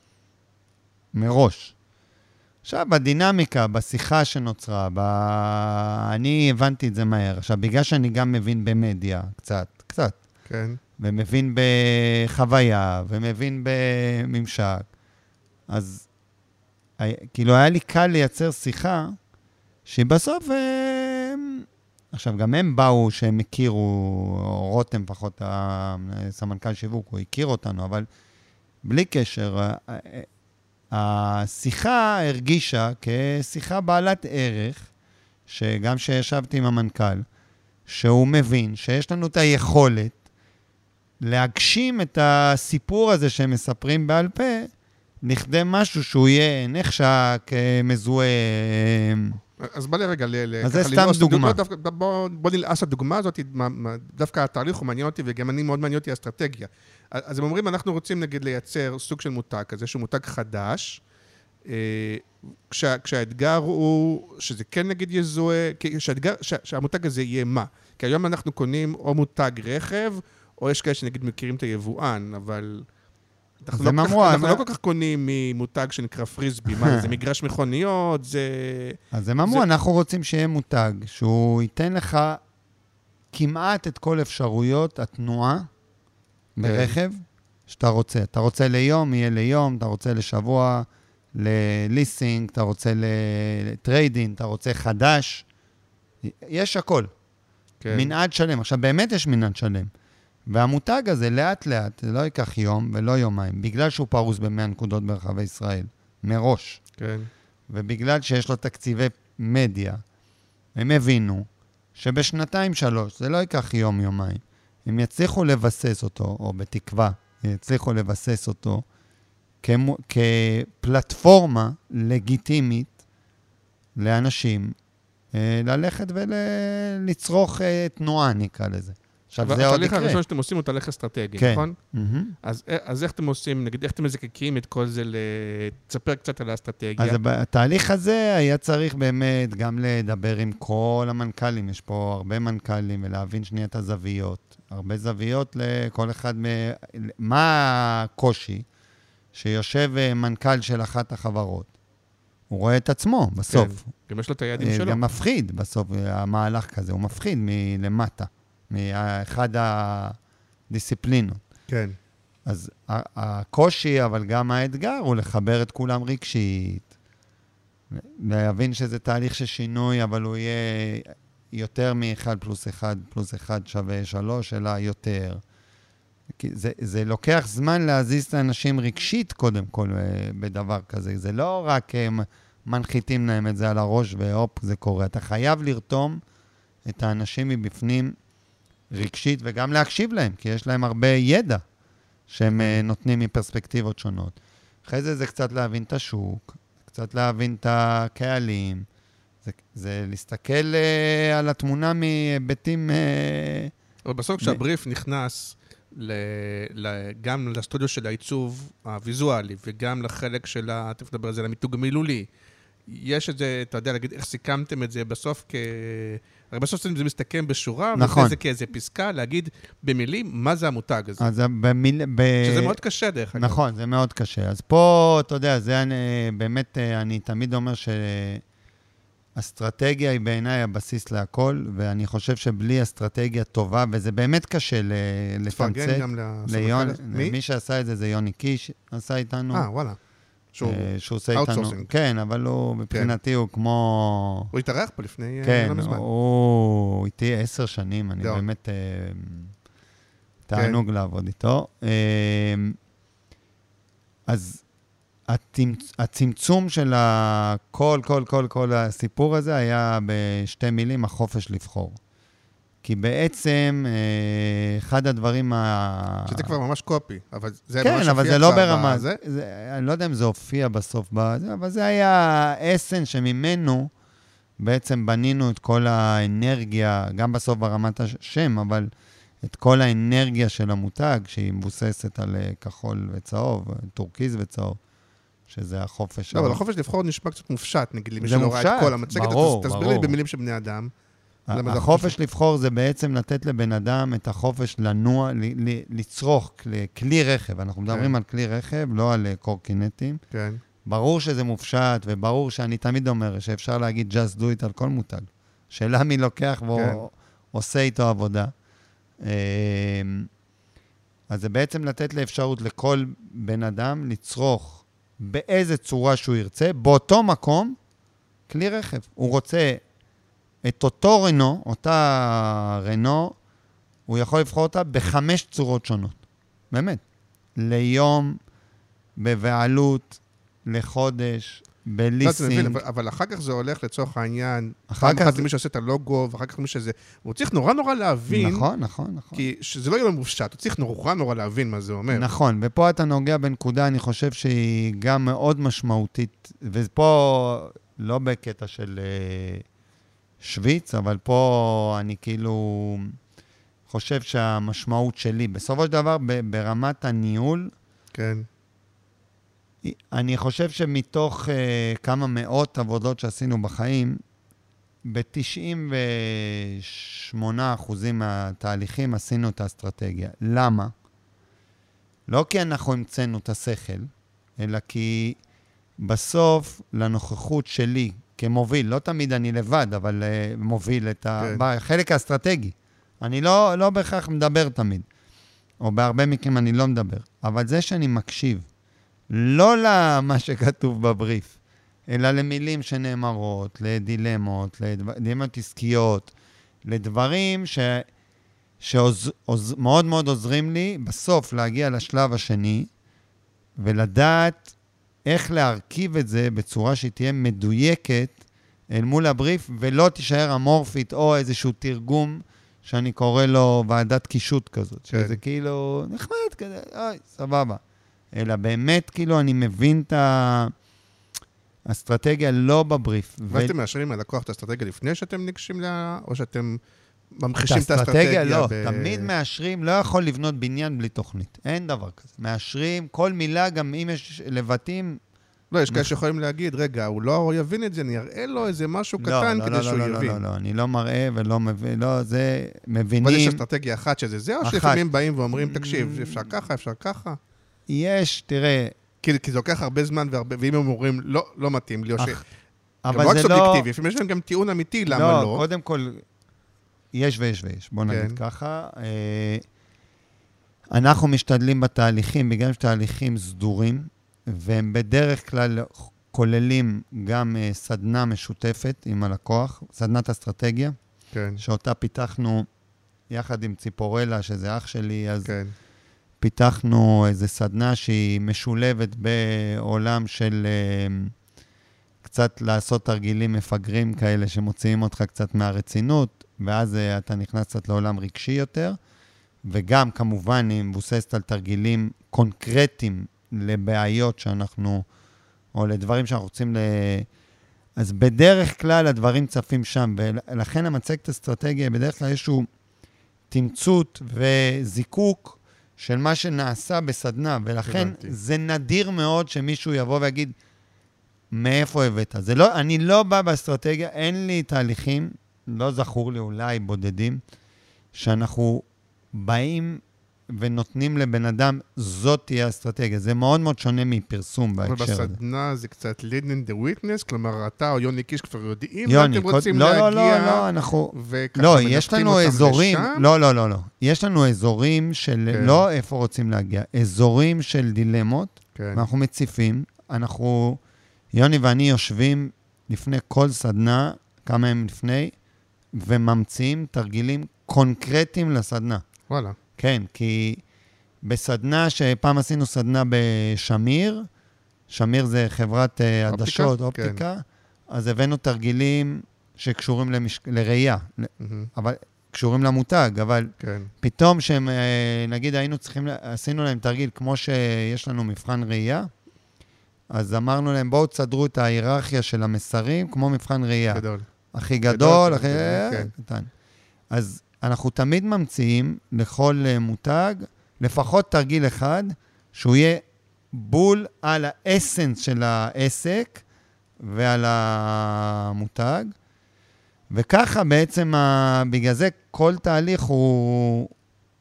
מראש. עכשיו, בדינמיקה, בשיחה שנוצרה, אני הבנתי את זה מהר. עכשיו, בגלל שאני גם מבין במדיה, קצת. כן. ומבין בחוויה, ומבין בממשק, אז כאילו היה לי קל לייצר שיחה, שבסוף, עכשיו, גם הם באו שהם הכירו, רותם פחות, הסמנכ"ל שיווק, הוא הכיר אותנו, אבל בלי קשר, השיחה הרגישה כשיחה בעלת ערך, שגם שישבתי עם המנכ"ל, שהוא מבין שיש לנו את היכולת להגשים את הסיפור הזה שהם מספרים בעל פה, לכדי משהו שהוא יהיה נחשק, מזוהה. אז בא לי רגע, אז זה סתם דוגמה. בוא נלעס הדוגמה הזאת, דווקא התהליך הוא מעניין אותי, וגם אני מאוד מעניין אותי האסטרטגיה. אז הם אומרים, אנחנו רוצים נגיד לייצר סוג של מותג כזה, שהוא מותג חדש, כשהאתגר הוא, שזה כן נגיד יזוהה, שהמותג הזה יהיה מה? כי היום אנחנו קונים או מותג רכב, או יש כאלה שנגיד מכירים את היבואן, אבל אנחנו לא כל כך קונים ממותג שנקרא פריסבי, מה, זה מגרש מכוניות, זה... אז הם אמרו, אנחנו רוצים שיהיה מותג, שהוא ייתן לך כמעט את כל אפשרויות התנועה ברכב שאתה רוצה. אתה רוצה ליום, יהיה ליום, אתה רוצה לשבוע, לליסינג, אתה רוצה לטריידינג, אתה רוצה חדש. יש הכל. מנעד שלם. עכשיו, באמת יש מנעד שלם. והמותג הזה, לאט לאט, זה לא ייקח יום ולא יומיים, בגלל שהוא פרוס ב100 נקודות ברחבי ישראל, מראש. כן. ובגלל שיש לו תקציבי מדיה, הם הבינו שבשנתיים 3, זה לא ייקח יום יומיים, הם יצליחו לבסס אותו, או בתקווה, יצליחו לבסס אותו, כפלטפורמה לגיטימית לאנשים, ללכת ולצרוך תנועה, נקרא לזה. עכשיו, זה עוד יקרה. התהליך הראשון שאתם עושים הוא תהליך אסטרטגי, נכון? אז איך אתם עושים, נגיד, איך אתם מזקקים את כל זה, תספר קצת על האסטרטגיה. אז התהליך הזה היה צריך באמת גם לדבר עם כל המנכ"לים, יש פה הרבה מנכ"לים, ולהבין שנייה את הזוויות. הרבה זוויות לכל אחד, מה הקושי שיושב מנכ"ל של אחת החברות? הוא רואה את עצמו בסוף. כן, גם יש לו את היעדים שלו. גם מפחיד בסוף, המהלך כזה, הוא מפחיד מלמטה. מאחד הדיסציפלינות. כן. אז הקושי, אבל גם האתגר, הוא לחבר את כולם רגשית, להבין שזה תהליך של שינוי, אבל הוא יהיה יותר מ1+1+1 שווה 3, אלא יותר. כי זה לוקח זמן להזיז את האנשים רגשית, קודם כל, בדבר כזה. זה לא רק מנחיתים להם את זה על הראש, והופ, זה קורה. אתה חייב לרתום את האנשים מבפנים, רגשית, וגם להקשיב להם, כי יש להם הרבה ידע שהם נותנים מפרספקטיבות שונות. אחרי זה קצת להבין את השוק, קצת להבין את הקהלים, זה להסתכל על התמונה מהיבטים... אבל בסוף כשהבריף נכנס גם לסטודיו של העיצוב הוויזואלי, וגם לחלק של, אתם מדבר על זה, למיתוג המילולי, יש את זה, אתה יודע, להגיד איך סיכמתם את זה בסוף הרי בסוף זה מסתכם בשורה, נכון. וזה כאיזה פסקה, להגיד במילים מה זה המותג הזה. אז שזה מאוד קשה דרך אגב. נכון, זה מאוד קשה. אז פה, אתה יודע, זה באמת, אני תמיד אומר שאסטרטגיה היא בעיניי הבסיס להכל, ואני חושב שבלי אסטרטגיה טובה, וזה באמת קשה לתמצת. תפרגן גם מי שעשה את זה יוני קיש, עשה איתנו. וואלה. שהוא עושה איתנו. כן, אבל הוא, מבחינתי, הוא כמו... הוא התארח פה לפני לא מזמן. כן, הוא איתי 10 שנים, אני באמת תענוג לעבוד איתו. אז הצמצום של כל הסיפור הזה היה בשתי מילים, החופש לבחור. כי בעצם, אחד הדברים שזה כבר ממש קופי, אבל זה כן, אבל זה לא ברמה. אני לא יודע אם זה הופיע בסוף, אבל זה היה האסן שממנו בעצם בנינו את כל האנרגיה, גם בסוף ברמת השם, אבל את כל האנרגיה של המותג, שהיא מבוססת על כחול וצהוב, טורקיז וצהוב, שזה החופש. לא, אבל החופש לבחור נשמע קצת מופשט, נגיד לי, מי שלא ראה את כל המצגת, תסביר לי במילים של בני אדם. החופש לבחור זה בעצם לתת לבן אדם את החופש לנוע, לצרוך כלי רכב. אנחנו מדברים על כלי רכב, לא על קורקינטים. כן. ברור שזה מופשט, וברור שאני תמיד אומר שאפשר להגיד just do it על כל מותג. שאלה מי לוקח ועושה איתו עבודה. אז זה בעצם לתת לאפשרות לכל בן אדם לצרוך באיזה צורה שהוא ירצה, באותו מקום, כלי רכב. הוא רוצה את אותו רנו, אותה רנו, הוא יכול לבחור אותה ב5 צורות שונות. באמת. ליום, בבעלות, לחודש, בליסינג. אבל אחר כך זה הולך לצורך העניין, פעם אחת למי שעושה את הלוגו, ואחר כך למי שזה... הוא צריך נורא להבין. נכון. כי שזה לא יהיה מופשט, הוא צריך נורא להבין מה זה אומר. נכון, ופה אתה נוגע בנקודה, אני חושב שהיא גם מאוד משמעותית, ופה לא בקטע של שוויץ, אבל פה אני כאילו חושב שהמשמעות שלי, בסופו של דבר ברמת הניהול, כן. אני חושב שמתוך כמה מאות עבודות שעשינו בחיים, ב-98% מהתהליכים עשינו את האסטרטגיה. למה? לא כי אנחנו המצאנו את השכל, אלא כי בסוף, לנוכחות שלי, כמוביל, לא תמיד אני לבד, אבל מוביל את החלק האסטרטגי. אני לא בהכרח מדבר תמיד, או בהרבה מקרים אני לא מדבר, אבל זה שאני מקשיב, לא למה שכתוב בבריף, אלא למילים שנאמרות, לדילמות, לדילמות עסקיות, לדברים שמאוד מאוד עוזרים לי בסוף להגיע לשלב השני, ולדעת איך להרכיב את זה בצורה שתהיה מדויקת אל מול הבריף, ולא תישאר אמורפית או איזשהו תרגום שאני קורא לו ועדת קישוט כזאת, שזה כאילו נחמד כזה, אוי, סבבה. אלא באמת כאילו אני מבין את האסטרטגיה לא בבריף. ואז אתם מאשרים ללקוח את האסטרטגיה לפני שאתם ניגשים לה, או שאתם ממחישים את האסטרטגיה? לא, תמיד מאשרים, לא יכול לבנות בניין בלי תוכנית. אין דבר כזה. מאשרים, כל מילה, גם אם יש לבטים... לא, יש כאלה שיכולים להגיד, רגע, הוא לא יבין את זה, אני אראה לו איזה משהו קטן כדי שהוא יבין. לא, אני לא מראה ולא מבין, לא, זה מבינים... אבל יש אסטרטגיה אחת שזה זה, או שלפעמים באים ואומרים, תקשיב, אפשר ככה, אפשר ככה? יש, תראה... כי זה לוקח הרבה זמן, ואם הם אומרים, לא מתאים לי, או ש... אבל גם זה לא לא... סובייקטיבי, לפעמים יש להם גם טיעון אמיתי, למה לא? לא, קודם כל, יש ויש ויש, בוא נגיד ככה. אנחנו משתדלים בתהליכים, בגלל שתהליכים סדורים, והם בדרך כלל כוללים גם סדנה משותפת עם הלקוח, סדנת אסטרטגיה, שאותה פיתחנו יחד עם ציפורלה, שזה אח שלי, אז פיתחנו איזו סדנה שהיא משולבת בעולם של קצת לעשות תרגילים מפגרים כאלה, שמוציאים אותך קצת מהרצינות, ואז אתה נכנס קצת לעולם רגשי יותר, וגם כמובן היא מבוססת על תרגילים קונקרטיים לבעיות שאנחנו, או לדברים שאנחנו רוצים אז בדרך כלל הדברים צפים שם, ולכן המצגת אסטרטגיה בדרך כלל איזשהו תמצות וזיקוק של מה שנעשה בסדנה, ולכן זה נדיר מאוד שמישהו יבוא ויגיד, מאיפה הבאת? זה לא, אני לא בא באסטרטגיה, אין לי תהליכים, לא זכור לי אולי בודדים, שאנחנו באים ונותנים לבן אדם, זאת תהיה אסטרטגיה. זה מאוד מאוד שונה מפרסום בהקשר הזה. אבל בסדנה זה קצת lead in the witness, כלומר, אתה או יוני קיש כבר יודעים, ואתם רוצים להגיע, לא, אנחנו... לא, יש לנו אזורים, לא. יש לנו אזורים של, לא איפה רוצים להגיע, אזורים של דילמות, ואנחנו מציפים, אנחנו, יוני ואני יושבים לפני כל סדנה, כמה הם לפני, וממציאים תרגילים קונקרטיים לסדנה. וואלה. כן, כי בסדנה, שפעם עשינו סדנה בשמיר, שמיר זה חברת עדשות, אופטיקה, אז הבאנו תרגילים שקשורים לראייה, אבל קשורים למותג, אבל פתאום שהם, נגיד, עשינו להם תרגיל כמו שיש לנו מבחן ראייה, אז אמרנו להם, בואו תסדרו את ההיררכיה של המסרים, כמו מבחן ראייה. גדול. הכי גדול, הכי קטן. אז אנחנו תמיד ממציאים לכל מותג, לפחות תרגיל אחד, שהוא יהיה בול על האסנס של העסק ועל המותג, וככה בעצם, בגלל זה כל תהליך הוא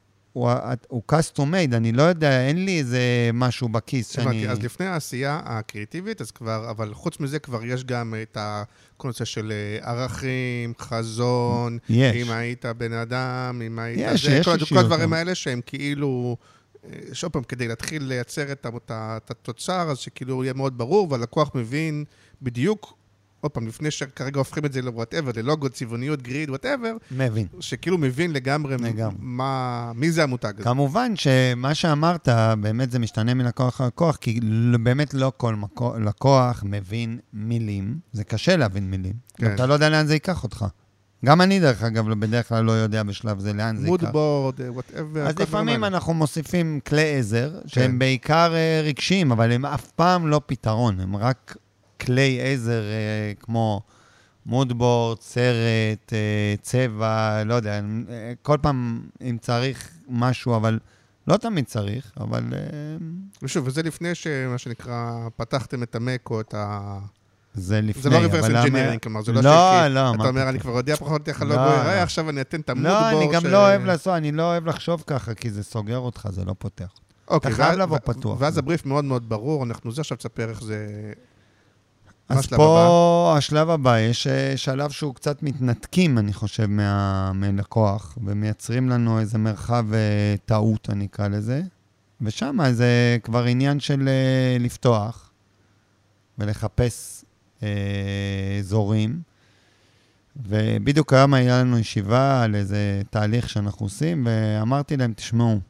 custom made, אני לא יודע, אין לי איזה משהו בכיס שאני... אז לפני העשייה הקריאטיבית, אז כבר, אבל חוץ מזה כבר יש גם את הקונציה של ערכים, חזון, אם היית בן אדם, אם היית... כל הדברים האלה שהם כאילו, שוב פעם, כדי להתחיל לייצר את התוצר, אז שכאילו יהיה מאוד ברור, והלקוח מבין בדיוק, עוד פעם, לפני שכרגע הופכים את זה ל-whatever, ללוגו, צבעוניות, גריד, whatever, מבין. שכאילו מבין לגמרי מי זה המותג הזה. כמובן שמה שאמרת, באמת זה משתנה מלקוח ללקוח, כי באמת לא כל לקוח מבין מילים, זה קשה להבין מילים. אתה לא יודע לאן זה ייקח אותך. גם אני דרך אגב, בדרך כלל לא יודע בשלב זה לאן זה ייקח. מודבורד, whatever. אז לפעמים אנחנו מוסיפים כלי עזר, שהם בעיקר רגשיים, אבל הם אף פעם לא פתרון, הם רק... כלי עזר כמו מודבורד, סרט, צבע, לא יודע, כל פעם אם צריך משהו, אבל לא תמיד צריך, אבל... ושוב, וזה לפני שמה שנקרא, פתחתם את המק או את ה... זה לפני, זה לא ריברס אנג'ינירינג, כלומר, זה לא שקי. אתה אומר, אני כבר יודע פחות איך הלוגו יראה, עכשיו אני אתן את המודבורד. לא, אני גם לא אוהב לעשות, אני לא אוהב לחשוב ככה, כי זה סוגר אותך, זה לא פותח. אוקיי, חייב לבוא פתוח. ואז הבריף מאוד מאוד ברור, אנחנו זה עכשיו תספר איך זה... אז פה השלב הבא, יש שלב שהוא קצת מתנתקים, אני חושב, מלקוח, ומייצרים לנו איזה מרחב טעות, אני אקרא לזה, ושם זה כבר עניין של לפתוח ולחפש אזורים, ובדיוק היום היה לנו ישיבה על איזה תהליך שאנחנו עושים, ואמרתי להם, תשמעו,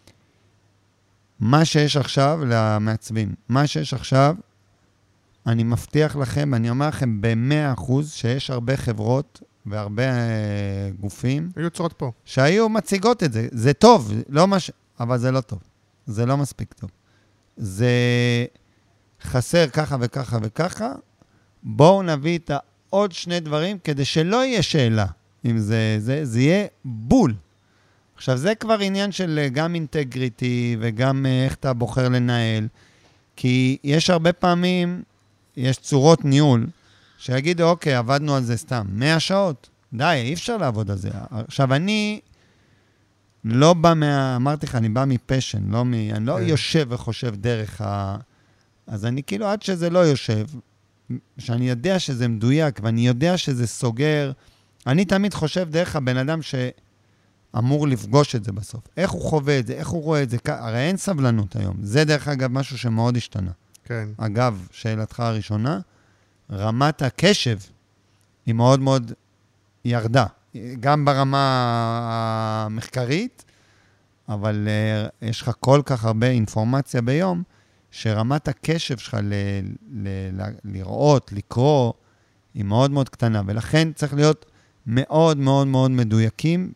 מה שיש עכשיו למעצבים, מה שיש עכשיו, אני מבטיח לכם, אני אומר לכם ב100% שיש הרבה חברות והרבה גופים היו יוצרות פה. שהיו מציגות את זה. זה טוב, אבל זה לא טוב. זה לא מספיק טוב. זה חסר ככה וככה וככה. בואו נביא את עוד שני דברים כדי שלא יהיה שאלה. אם זה יהיה בול. עכשיו, זה כבר עניין של גם אינטגריטי וגם איך אתה בוחר לנהל. כי יש הרבה פעמים... יש צורות ניהול, שיגידו, אוקיי, עבדנו על זה סתם. 100 שעות? די, אי אפשר לעבוד על זה. עכשיו, אני לא בא אמרתי לך, אני בא מפשן, אני לא יושב וחושב דרך אז אני כאילו, עד שזה לא יושב, שאני יודע שזה מדויק, ואני יודע שזה סוגר, אני תמיד חושב דרך הבן אדם שאמור לפגוש את זה בסוף. איך הוא חווה את זה, איך הוא רואה את זה, הרי אין סבלנות היום. זה דרך אגב משהו שמאוד השתנה. כן. אגב, שאלתך הראשונה, רמת הקשב היא מאוד מאוד ירדה. גם ברמה המחקרית, אבל יש לך כל כך הרבה אינפורמציה ביום, שרמת הקשב שלך לראות, לקרוא, היא מאוד מאוד קטנה. ולכן צריך להיות מאוד מאוד מאוד מדויקים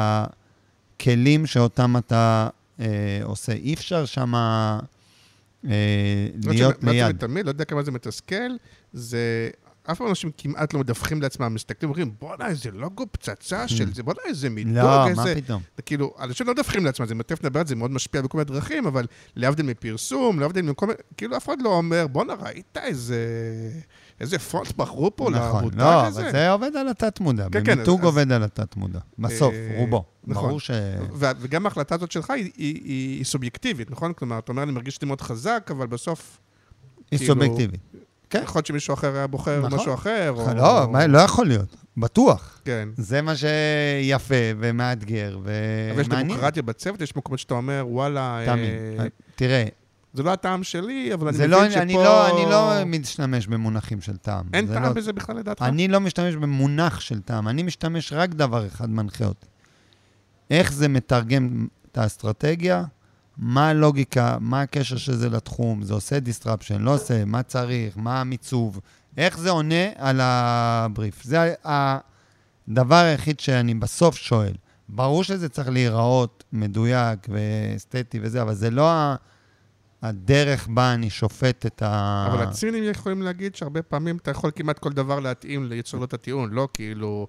בכלים שאותם אתה עושה. אי אפשר שמה... להיות ליד. תמיד, לא יודע כמה זה מתסכל, זה... אף פעם אנשים כמעט לא מדווחים לעצמם, מסתכלים ואומרים, בוא'נה, איזה לוגו פצצה של זה, בוא'נה, איזה מידוג, לא, מה פתאום? כאילו, אנשים לא מדווחים לעצמם, זה מטף נדבר, זה מאוד משפיע בכל מיני דרכים, אבל להבדיל מפרסום, להבדיל מכל מיני... כאילו, אף אחד לא אומר, בוא'נה, ראית איזה פונט בחרו פה לעבודה כזה? לא, אבל זה עובד על התת-מודע, במיתוג עובד על התת-מודע, בסוף, רובו. ברור ש... וגם ההחלטה הזאת שלך היא סובייקטיבית, נכון? כלומר, אתה אומר, אני מרגיש שאתה מאוד חזק, אבל בסוף... היא סובייקטיבית. יכול להיות שמישהו אחר היה בוחר משהו אחר. לא יכול להיות, בטוח. כן. זה מה שיפה ומאתגר ומעניין. אבל יש דמוקרטיה בצוות, יש מקומות שאתה אומר, וואלה... תראה. זה לא הטעם שלי, אבל אני מבין שפה... אני לא משתמש במונחים של טעם. אין טעם בזה בכלל לדעתך? אני לא משתמש במונח של טעם, אני משתמש רק דבר אחד מנחה אותי. איך זה מתרגם את האסטרטגיה, מה הלוגיקה, מה הקשר של זה לתחום, זה עושה דיסטרפשן, לא עושה, מה צריך, מה המיצוב, איך זה עונה על הבריף. זה הדבר היחיד שאני בסוף שואל. ברור שזה צריך להיראות מדויק ואסתטי וזה, אבל זה לא הדרך בה אני שופט את אבל הצינים יכולים להגיד שהרבה פעמים אתה יכול כמעט כל דבר להתאים ליצורות הטיעון, לא כאילו...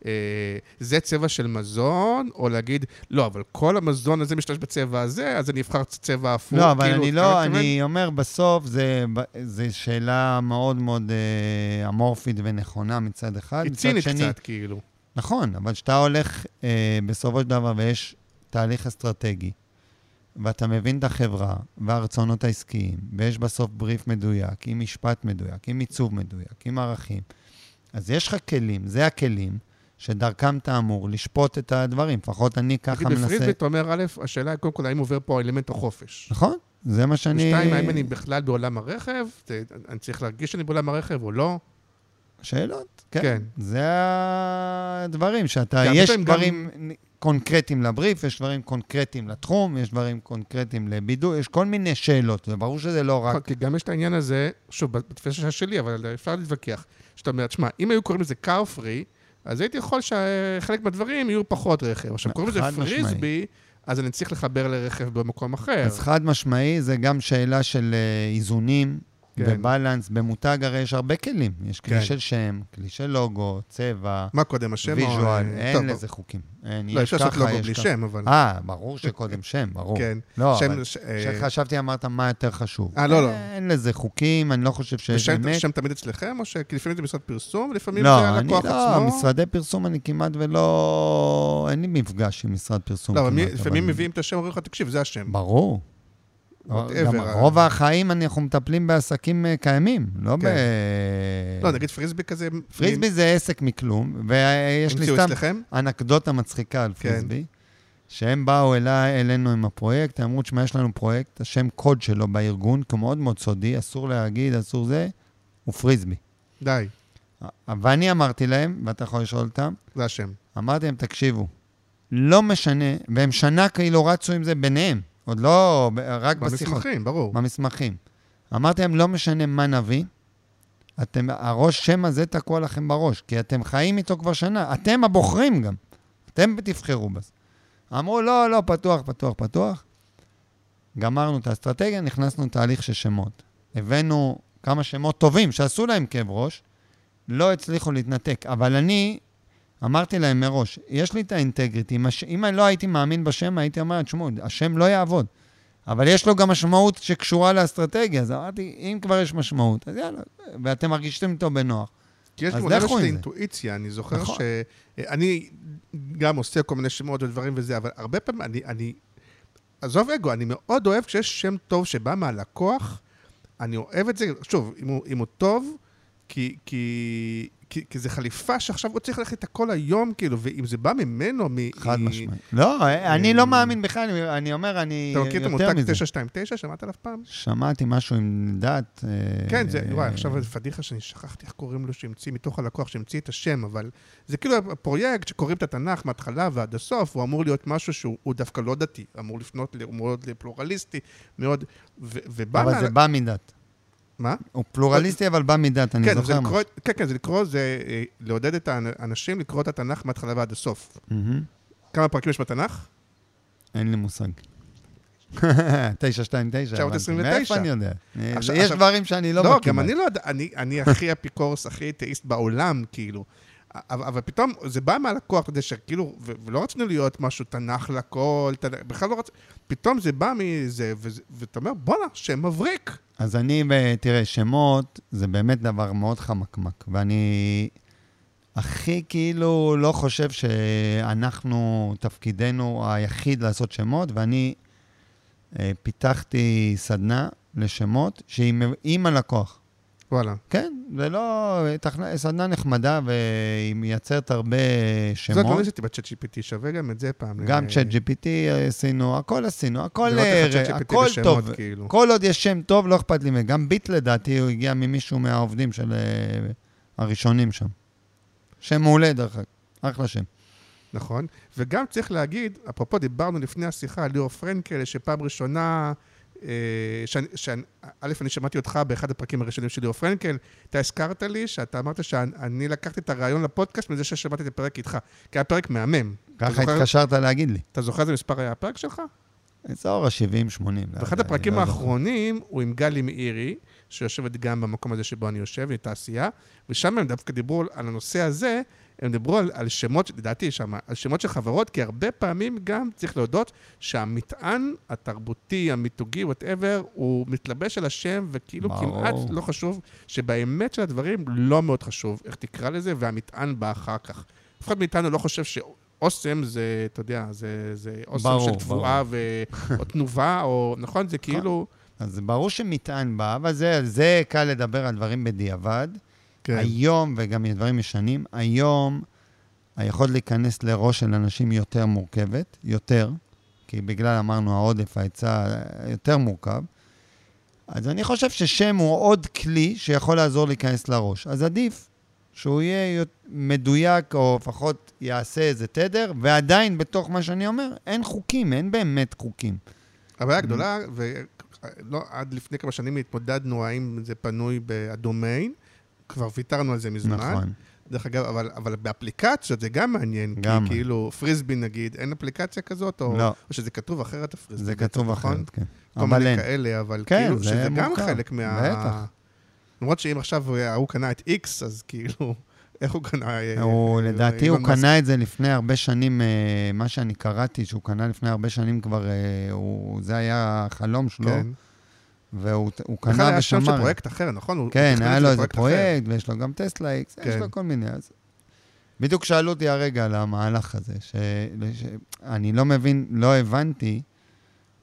זה צבע של מזון, או להגיד, לא, אבל כל המזון הזה משתמש בצבע הזה, אז אני אבחר צבע הפוך. לא, אבל אני אומר בסוף, זה שאלה מאוד מאוד אמורפית ונכונה מצד אחד. היא צינית קצת, כאילו. נכון, אבל שאתה הולך בסופו של דבר, ויש תהליך אסטרטגי, ואתה מבין את החברה, והרצונות העסקיים, ויש בסוף בריף מדויק, עם משפט מדויק, עם עיצוב מדויק, עם ערכים. אז יש לך כלים, זה הכלים, שדרכם אתה אמור לשפוט את הדברים. לפחות אני ככה מנסה... בפריזבי, אתה אומר, א', השאלה היא קודם כל, האם עובר פה אלמנט החופש? נכון, זה מה שאני... ושתיים, האם אני בכלל בעולם הרכב? אני צריך להרגיש שאני בעולם הרכב או לא? שאלות, כן. זה הדברים שאתה... יש דברים קונקרטיים לבריף, יש דברים קונקרטיים לתחום, יש דברים קונקרטיים לבידוי, יש כל מיני שאלות, וברור שזה לא רק... כי גם יש את העניין הזה, שוב, בתפיסה שלי, אבל אפשר להתווכח, שאתה אומר, תשמע, אם היו קוראים לזה car free, אז הייתי יכול שחלק מהדברים יהיו פחות רכב. עכשיו, קוראים לזה פריזבי, אז אני צריך לחבר לרכב במקום אחר. אז חד משמעי, זה גם שאלה של איזונים ובלנס. במותג הרי יש הרבה כלים. יש כלי של שם, כלי של לוגו, צבע, מה קודם, השם? ויז'ואל, אין לזה חוקים. לא, אפשר לעשות לוגו בלי שם, אבל... ברור שקודם שם, ברור. כן. לא, אבל כשחשבתי אמרת מה יותר חשוב. לא. אין לזה חוקים, אני לא חושב שיש באמת... שם תמיד אצלכם, או שלפעמים זה משרד פרסום, ולפעמים זה הלקוח עצמו? לא, משרדי פרסום אני כמעט ולא... אין לי מפגש עם משרד פרסום. לא, אבל לפעמים מביאים את השם, אומרים לך, תקשיב, זה השם. ברור. whatever. גם רוב החיים אנחנו מטפלים בעסקים קיימים, לא כן. לא, נגיד פריסבי כזה... פריסבי זה עסק מכלום, ויש לי סתם אנקדוטה מצחיקה על פריסבי, שהם באו אלינו עם הפרויקט, אמרו, שמה יש לנו פרויקט, השם קוד שלו בארגון, כי הוא מאוד מאוד סודי, אסור להגיד, אסור זה, הוא פריסבי. די. ואני אמרתי להם, ואתה יכול לשאול אותם, זה השם. אמרתי להם, תקשיבו, לא משנה, והם שנה כאילו רצו עם זה ביניהם, עוד לא, רק בשיחות. במסמכים, ברור. במסמכים. אמרתי להם, לא משנה מה נביא, הראש שם הזה תקוע לכם בראש, כי אתם חיים איתו כבר שנה, אתם הבוחרים גם, אתם תבחרו בזה. אמרו, לא, פתוח. גמרנו את האסטרטגיה, נכנסנו תהליך של שמות. הבאנו כמה שמות טובים שעשו להם כאב ראש, לא הצליחו להתנתק, אבל אני אמרתי להם מראש, יש לי את האינטגריטי, אם אני לא הייתי מאמין בשם, הייתי אומר, תשמעו, השם לא יעבוד, אבל יש לו גם משמעות שקשורה לאסטרטגיה, אז אמרתי, אם כבר יש משמעות, אז יאללה, ואתם מרגישתם איתו בנוח. כי יש לי מודל של אינטואיציה, אני זוכר שאני גם עושה כל מיני שמות ודברים וזה, אבל הרבה פעמים אני עזוב אגו, אני מאוד אוהב כשיש שם טוב שבא מהלקוח, אני אוהב את זה, שוב, אם הוא טוב, כי זה חליפה שעכשיו הוא צריך ללכת הכל היום, כאילו, ואם זה בא ממנו, חד משמעית. לא, אני לא מאמין בכלל, אני אומר, אני יותר מזה. אתה מכיר את המותג 929, שמעת עליו פעם? שמעתי משהו עם דת. כן, זה, וואי, עכשיו זה פדיחה שאני שכחתי איך קוראים לו, שהמציא מתוך הלקוח, שהמציא את השם, אבל זה כאילו הפרויקט שקוראים את התנ"ך מההתחלה ועד הסוף, הוא אמור להיות משהו שהוא דווקא לא דתי, אמור לפנות מאוד לפלורליסטי, מאוד, אבל זה בא מדת. מה? הוא פלורליסטי, אבל בא מדת, אני זוכר משהו. כן, זה לקרוא, זה לעודד את האנשים לקרוא את התנ"ך מההתחלה ועד הסוף. כמה פרקים יש בתנ"ך? אין לי מושג. 929. 929. מאיפה אני יודע? יש דברים שאני לא מכיר. לא, גם אני לא יודע, אני הכי אפיקורס, הכי תאיסט בעולם, כאילו. אבל פתאום זה בא מהלקוח, אתה יודע, שכאילו, ולא רצינו להיות משהו תנ"ך לכל, בכלל לא רצינו, פתאום זה בא מזה, ואתה אומר, בוא'נה, שם מבריק. אז תראה, שמות זה באמת דבר מאוד חמקמק, ואני הכי כאילו לא חושב שאנחנו, תפקידנו היחיד לעשות שמות, ואני פיתחתי סדנה לשמות שהיא עם הלקוח. וואלה. כן, זה לא... סדנה נחמדה, והיא מייצרת הרבה שמות. זאת לא ניסיתי בצ'אט GPT, שווה גם את זה פעם. גם צ'אט GPT עשינו, הכל טוב. כל עוד יש שם טוב, לא אכפת לי. גם ביט לדעתי, הוא הגיע ממישהו מהעובדים של הראשונים שם. שם מעולה דרך כלל, אחלה שם. נכון, וגם צריך להגיד, אפרופו דיברנו לפני השיחה על ליאור פרנקל, שפעם ראשונה... א', אני שמעתי אותך באחד הפרקים הראשונים של ליאור פרנקל, אתה הזכרת לי שאתה אמרת שאני לקחתי את הרעיון לפודקאסט מזה ששמעתי את הפרק איתך, כי היה פרק מהמם. ככה התקשרת להגיד לי. אתה זוכר איזה מספר היה הפרק שלך? אזור ה-70-80. באחד הפרקים האחרונים הוא עם גלי מאירי, שיושבת גם במקום הזה שבו אני יושב, לתעשייה, ושם הם דווקא דיברו על הנושא הזה, הם דיברו על שמות, לדעתי שם, על שמות של חברות, כי הרבה פעמים גם צריך להודות שהמטען התרבותי, המיתוגי, whatever, הוא מתלבש על השם, וכאילו כמעט לא חשוב, שבאמת של הדברים לא מאוד חשוב, איך תקרא לזה, והמטען בא אחר כך. אף אחד מאיתנו לא חושב שאוסם זה, אתה יודע, זה אוסם של תבואה או תנובה, או נכון, זה כאילו... אז זה ברור שמטען בא, אבל זה קל לדבר על דברים בדיעבד, כן. היום, וגם דברים ישנים, היום היכולת להיכנס לראש של אנשים יותר מורכבת, יותר, כי בגלל אמרנו העודף, ההיצע יותר מורכב, אז אני חושב ששם הוא עוד כלי שיכול לעזור להיכנס לראש. אז עדיף שהוא יהיה מדויק, או לפחות יעשה איזה תדר, ועדיין בתוך מה שאני אומר, אין חוקים, אין באמת חוקים. הבעיה גדולה, ולא, עד לפני כמה שנים התמודדנו, האם זה פנוי בדומיין, כבר ויתרנו על זה מזמן. נכון. דרך אגב, אבל באפליקציות זה גם מעניין, גם. כי כאילו פריסבי נגיד, אין אפליקציה כזאת, או, לא. או שזה כתוב אחרת הפריסבי. זה כתוב אחרת, כן. כל מיני כאלה, אבל כן, כאילו שזה גם חלק מה... למרות שאם עכשיו הוא קנה את X, אז כאילו, איך הוא קנה... לדעתי הוא קנה את זה לפני הרבה שנים, מה שאני קראתי, שהוא קנה לפני הרבה שנים כבר, זה היה החלום שלו. כן. והוא קנה ושמר. היה שם של פרויקט אחר, נכון? כן, היה לו איזה פרויקט, ויש לו גם טסלה איקס, יש לו כל מיני. בדיוק שאלו אותי הרגע על המהלך הזה, שאני לא מבין, לא הבנתי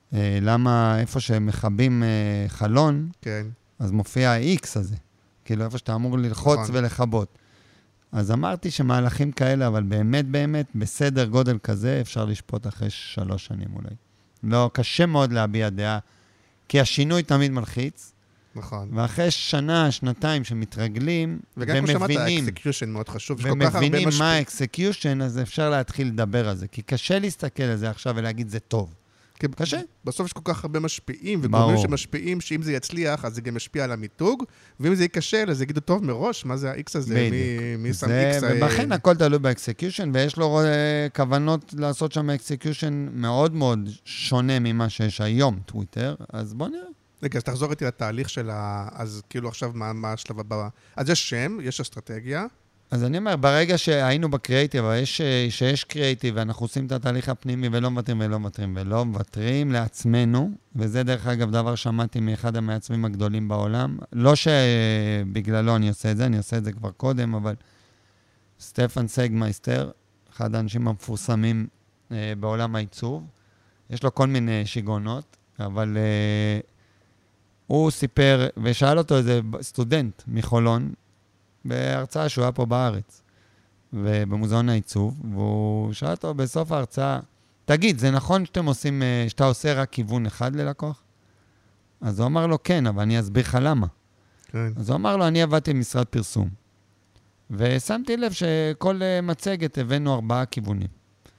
למה איפה שמחבים חלון, כן. אז מופיע ה-X הזה. כאילו איפה שאתה אמור ללחוץ נכון. ולחבות. אז אמרתי שמהלכים כאלה, אבל באמת, באמת, בסדר גודל כזה, אפשר לשפוט אחרי 3 שנים אולי. לא, קשה מאוד להביע דעה, כי השינוי תמיד מלחיץ, נכון. ואחרי שנה, שנתיים שמתרגלים, וגם כמו שאמרת, האקסקיושן מאוד חשוב. ומבינים מה האקסקיושן, אז אפשר להתחיל לדבר על זה. כי קשה להסתכל על זה עכשיו ולהגיד, זה טוב. קשה. בסוף יש כל כך הרבה משפיעים, וגורמים שמשפיעים, שאם זה יצליח, אז זה גם משפיע על המיתוג, ואם זה ייכשל, אז יגידו טוב מראש, מה זה ה-X הזה, מי שם X? ובכן, הכל תלוי באקסקיושן, ויש לו כוונות לעשות שם אקסקיושן מאוד מאוד שונה ממה שיש היום, טוויטר, אז בוא נראה. רגע, אז תחזור איתי לתהליך של אז כאילו עכשיו מה השלב הבא? אז יש שם, יש אסטרטגיה. אז אני אומר, ברגע שהיינו בקריאיטיב, שיש קריאיטיב, ואנחנו עושים את התהליך הפנימי ולא מוותרים לעצמנו, וזה דרך אגב דבר שמעתי מאחד המעצבים הגדולים בעולם, לא שבגללו אני עושה את זה, אני עושה את זה כבר קודם, אבל סטפן סגמייסטר, אחד האנשים המפורסמים בעולם העיצוב, יש לו כל מיני שיגעונות, אבל הוא סיפר, ושאל אותו איזה סטודנט מחולון, בהרצאה שהוא היה פה בארץ, ובמוזיאון העיצוב, והוא שאל אותו בסוף ההרצאה, תגיד, זה נכון שאתה עושה רק כיוון אחד ללקוח? אז הוא אמר לו, כן, אבל אני אסביר לך למה. כן. אז הוא אמר לו, אני עבדתי במשרד פרסום, ושמתי לב שכל מצגת הבאנו 4 כיוונים.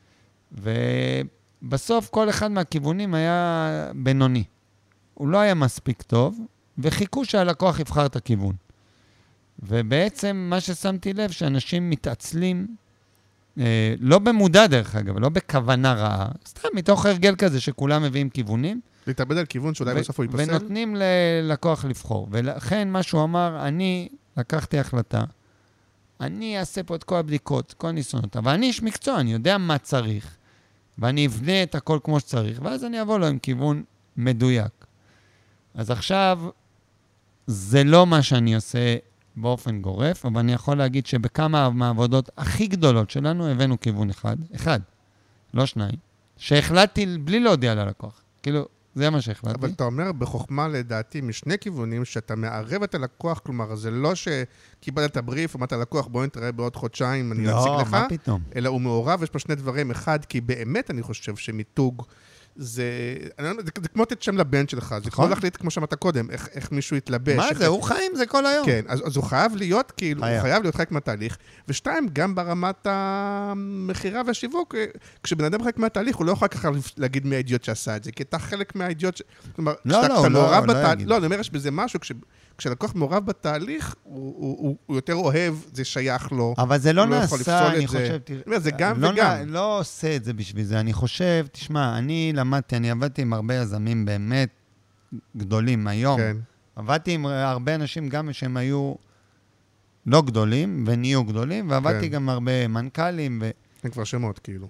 ובסוף כל אחד מהכיוונים היה בינוני. הוא לא היה מספיק טוב, וחיכו שהלקוח יבחר את הכיוון. ובעצם מה ששמתי לב, שאנשים מתעצלים, לא במודע דרך אגב, לא בכוונה רעה, סתם מתוך הרגל כזה שכולם מביאים כיוונים. להתאבד על כיוון שאולי בסוף הוא ייפסל. ונותנים ללקוח לבחור. ולכן מה שהוא אמר, אני לקחתי החלטה, אני אעשה פה את כל הבדיקות, כל הניסיונות, אבל אני איש מקצוע, אני יודע מה צריך, ואני אבנה את הכל כמו שצריך, ואז אני אבוא לו עם כיוון מדויק. אז עכשיו, זה לא מה שאני עושה באופן גורף, אבל אני יכול להגיד שבכמה מהעבודות הכי גדולות שלנו הבאנו כיוון אחד, לא 2, שהחלטתי בלי להודיע ללקוח. כאילו, זה מה שהחלטתי. אבל אתה אומר בחוכמה לדעתי משני כיוונים, שאתה מערב את הלקוח, כלומר, זה לא שקיבלת את הבריף, אמרת ללקוח, בוא נתראה בעוד חודשיים, אני אציג לך. לא, מה פתאום? אלא הוא מעורב, יש פה 2 דברים. אחד, כי באמת אני חושב שמיתוג, זה כמו לתת שם לבן שלך, זה כמו להחליט כמו שמעת קודם, איך מישהו יתלבש. מה זה? הוא חיים זה כל היום. כן, אז הוא חייב להיות, כאילו, הוא חייב להיות חלק מהתהליך, ו2, גם ברמת המחירה והשיווק, כשבן אדם חלק מהתהליך, הוא לא יכול ככה להגיד מי האידיוט שעשה את זה, כי אתה חלק מהאידיוט, כלומר, כשאתה מעורב בתהליך, לא, אני אומר שבזה משהו, כשלקוח מעורב בתהליך, הוא יותר אוהב, זה שייך לו. אבל זה לא נעשה, אני חושב, זה גם וגם. לא עושה את זה בשביל זה. אני חושב, תשמע, אני עבדתי עם הרבה יזמים באמת גדולים היום. כן. עבדתי עם הרבה אנשים גם שהם היו לא גדולים ונהיו גדולים, ועבדתי גם הרבה מנכ"לים. אין כבר שמות, כאילו.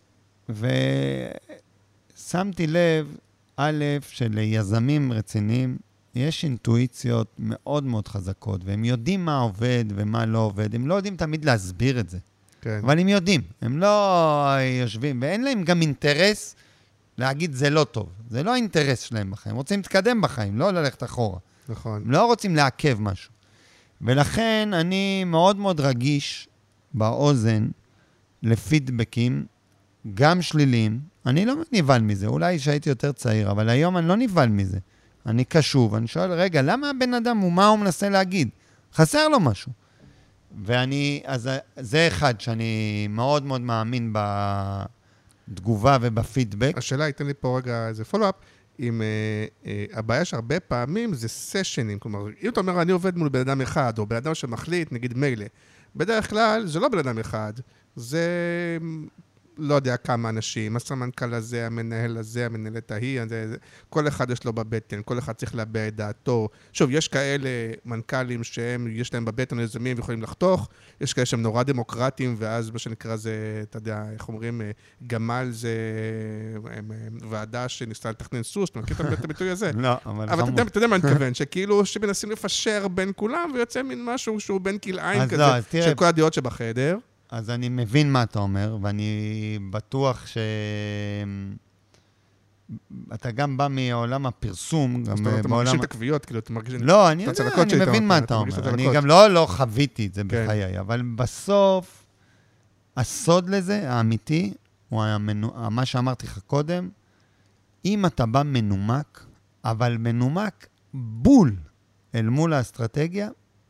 ושמתי לב, א', שליזמים רציניים, יש אינטואיציות מאוד מאוד חזקות, והם יודעים מה עובד ומה לא עובד. הם לא יודעים תמיד להסביר את זה. כן. אבל הם יודעים. הם לא יושבים, ואין להם גם אינטרס להגיד זה לא טוב. זה לא האינטרס שלהם בחיים. הם רוצים להתקדם בחיים, לא ללכת אחורה. נכון. הם לא רוצים לעכב משהו. ולכן אני מאוד מאוד רגיש באוזן לפידבקים, גם שליליים. אני לא נבהל מזה. אולי שהייתי יותר צעיר, אבל היום אני לא נבהל מזה. אני קשוב, אני שואל, רגע, למה הבן אדם ומה הוא מנסה להגיד? חסר לו משהו. אז זה אחד שאני מאוד מאוד מאמין בתגובה ובפידבק. השאלה, ייתן לי פה רגע איזה פולו-אפ, עם הבעיה שהרבה פעמים זה סשנים, כלומר, אם אתה אומר, אני עובד מול בן אדם אחד, או בן אדם שמחליט, נגיד מיילה, בדרך כלל זה לא בן אדם אחד, זה לא יודע כמה אנשים, הסמנכ"ל הזה, המנהל הזה, המנהלת ההיא, כל אחד יש לו בבטן, כל אחד צריך להביע את דעתו. שוב, יש כאלה מנכ"לים יש להם בבטן יזמים ויכולים לחתוך, יש כאלה שהם נורא דמוקרטיים, ואז מה שנקרא זה, אתה יודע, איך אומרים, גמל זה ועדה שניסתה לתכנן סוס, אתה מכיר את הביטוי הזה? לא, אבל אתה יודע מה אני מתכוון, שכאילו שמנסים לפשר בין כולם, ויוצא מין משהו שהוא בין כלאיים כזה, של כל הדעות שבחדר. אז אני מבין מה אתה אומר, ואני בטוח אתה גם בא מעולם הפרסום, גם אתה בעולם... מרגישים את הקביעות, כאילו, אתה מרגישים... לא, אני מבין מה אתה אומר. אני גם לא חוויתי את זה בחיי, אבל בסוף, הסוד לזה, האמיתי, הוא מה שאמרתי לך קודם, אם אתה בא מנומק, אבל מנומק בול אל מול האסטרטגיה,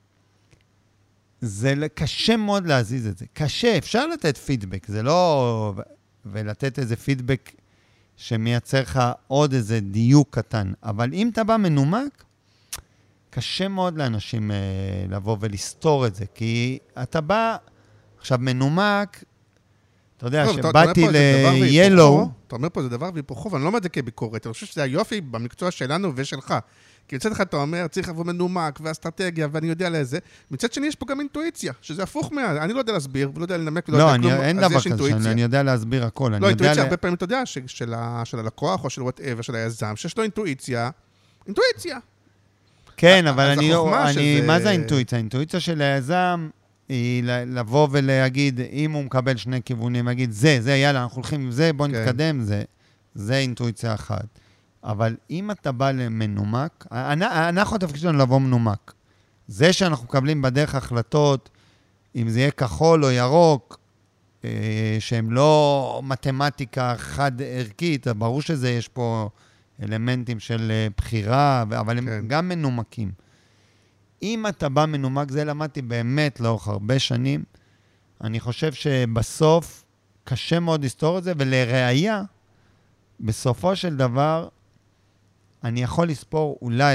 זה קשה מאוד להזיז את זה. קשה, אפשר לתת פידבק, זה לא... ולתת איזה פידבק שמייצר לך עוד איזה דיוק קטן. אבל אם אתה בא מנומק, קשה מאוד לאנשים לבוא ולסתור את זה, כי אתה בא עכשיו מנומק, אתה יודע, שבאתי ל-Yellow... אתה אומר פה זה דבר והיפוכו, ואני לא אומר את זה כביקורת, אני חושב שזה היופי במקצוע שלנו ושלך. כי מצד אחד אתה אומר, צריך לבוא מנומק ואסטרטגיה, ואני יודע לאיזה. מצד שני יש פה גם אינטואיציה, שזה הפוך אני לא יודע להסביר, ולא יודע לנמק, ולא יודע כלום, אין דבר כזה, אני יודע להסביר הכל. לא, אינטואיציה, הרבה פעמים אתה יודע, של הלקוח או של whatever, של היזם, שיש לו אינטואיציה. כן, אבל מה זה האינטואיציה? האינטואיציה של היזם היא לבוא ולהגיד, אם הוא מקבל שני כיוונים, להגיד, זה, יאללה, אנחנו הולכים עם זה, בוא נתקדם, זה אינטואיציה אחת. אבל אם אתה בא למנומק, אנחנו התפקיד שלנו לבוא מנומק. זה שאנחנו מקבלים בדרך החלטות, אם זה יהיה כחול או ירוק, שהם לא מתמטיקה חד-ערכית, ברור שזה יש פה אלמנטים של בחירה, אבל הם גם מנומקים. אם אתה בא מנומק, זה למדתי באמת לאורך הרבה שנים, אני חושב שבסוף קשה מאוד לסתור את זה, ולראיה, בסופו של דבר, אני יכול לספור אולי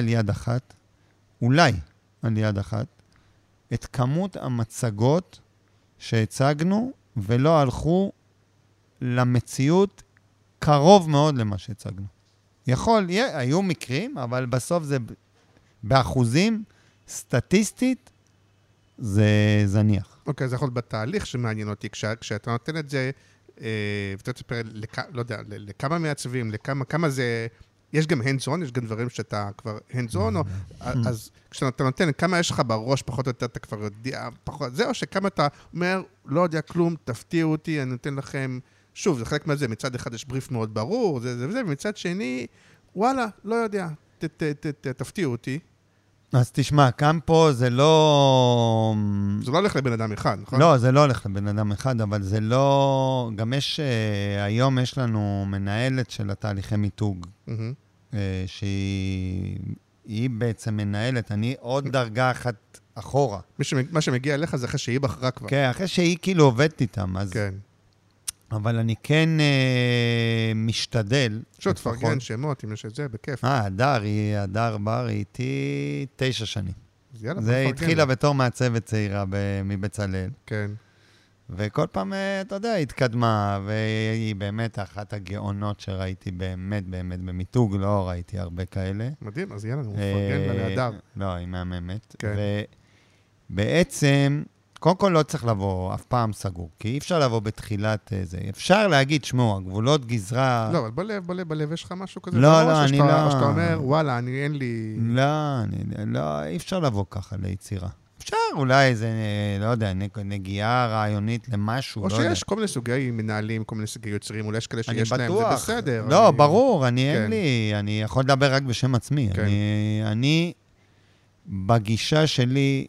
על יד אחת, את כמות המצגות שהצגנו, ולא הלכו למציאות קרוב מאוד למה שהצגנו. היו מקרים, אבל בסוף זה באחוזים, סטטיסטית, זה זניח. אוקיי, זה יכול להיות בתהליך שמעניין אותי, כשאתה נותן את זה, ואתה תספר, לא יודע, לכמה מעצבים, כמה זה... יש גם hands-on, יש גם דברים שאתה כבר hands-on, אז כשאתה נותן, כמה יש לך בראש, פחות או יותר, אתה כבר יודע, פחות, זה או שכמה אתה אומר, לא יודע כלום, תפתיעו אותי, אני נותן לכם, שוב, זה חלק מהזה, מצד אחד יש בריף מאוד ברור, זה וזה, ומצד שני, וואלה, לא יודע, תפתיעו אותי. אז תשמע, כאן פה זה לא... זה לא הולך לבן אדם אחד, נכון? לא, זה לא הולך לבן אדם אחד, אבל זה לא... גם יש... היום יש לנו מנהלת של התהליכי מיתוג, שהיא בעצם מנהלת, אני עוד דרגה אחת אחורה. מה שמגיע אליך זה אחרי שהיא בחרה כבר. כן, אחרי שהיא כאילו עובדת איתם, אז... כן. אבל אני כן משתדל. שוב, תפרגן שמות, אם יש את זה, בכיף. הדר בר, היא איתי 9 שנים. זה התחילה בתור מעצבת צעירה מבצלאל. כן. וכל פעם, אתה יודע, התקדמה, והיא באמת אחת הגאונות שראיתי באמת במיתוג, לא ראיתי הרבה כאלה. מדהים, אז יאללה, מפרגן לה להדר. לא, היא מהממת. כן. ובעצם... קודם כל לא צריך לבוא אף פעם סגור, כי אי אפשר לבוא בתחילת זה. אפשר להגיד, שמו, הגבולות גזרה... לא, אבל בלב יש לך משהו כזה? לא, אני לא... או שאתה אומר, וואלה, אין לי... לא, אי אפשר לבוא ככה ליצירה. אפשר אולי איזה, לא יודע, נגיעה רעיונית למשהו, או שיש כל מיני סוגי מנהלים, כל מיני סוגי יוצרים, אולי יש כאלה שיש להם, זה בסדר. לא, ברור, אין לי, אני יכול לדבר רק בשם עצמי. אני, בגישה שלי,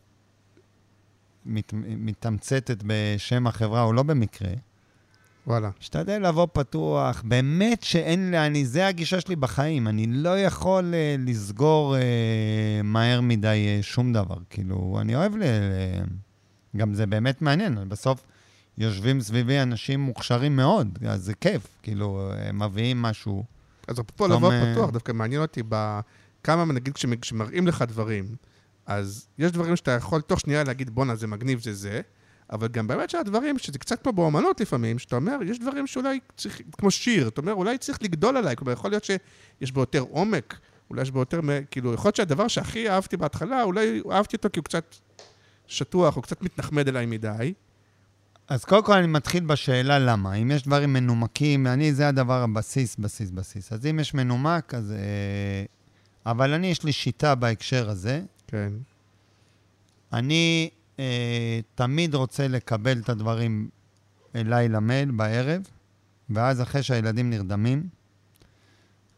מתמצתת בשם החברה, או לא במקרה. וואלה. משתדל לבוא פתוח, באמת שאין לי, זה הגישה שלי בחיים, אני לא יכול לסגור מהר מדי שום דבר, כאילו, אני אוהב גם זה באמת מעניין, בסוף יושבים סביבי אנשים מוכשרים מאוד, אז זה כיף, כאילו, הם מביאים משהו. אז פה לבוא פתוח, דווקא מעניין אותי בכמה, נגיד, כשמראים לך דברים, אז יש דברים שאתה יכול תוך שנייה להגיד, בונה, זה מגניב, זה, אבל גם באמת שהדברים, שזה קצת כמו באומנות לפעמים, שאתה אומר, יש דברים שאולי צריך, כמו שיר, אתה אומר, אולי צריך לגדול עליי, כלומר, יכול להיות שיש בו יותר עומק, אולי יש בו יותר, כאילו, יכול להיות שהדבר שהכי אהבתי בהתחלה, אולי אהבתי אותו כי הוא קצת שטוח, הוא קצת מתנחמד אליי מדי. אז קודם כל אני מתחיל בשאלה למה. אם יש דברים מנומקים, זה הדבר הבסיס. אז אם יש מנומק, אז... אבל יש לי שיטה בהקשר הזה. כן. אני תמיד רוצה לקבל את הדברים אליי למייל בערב, ואז אחרי שהילדים נרדמים,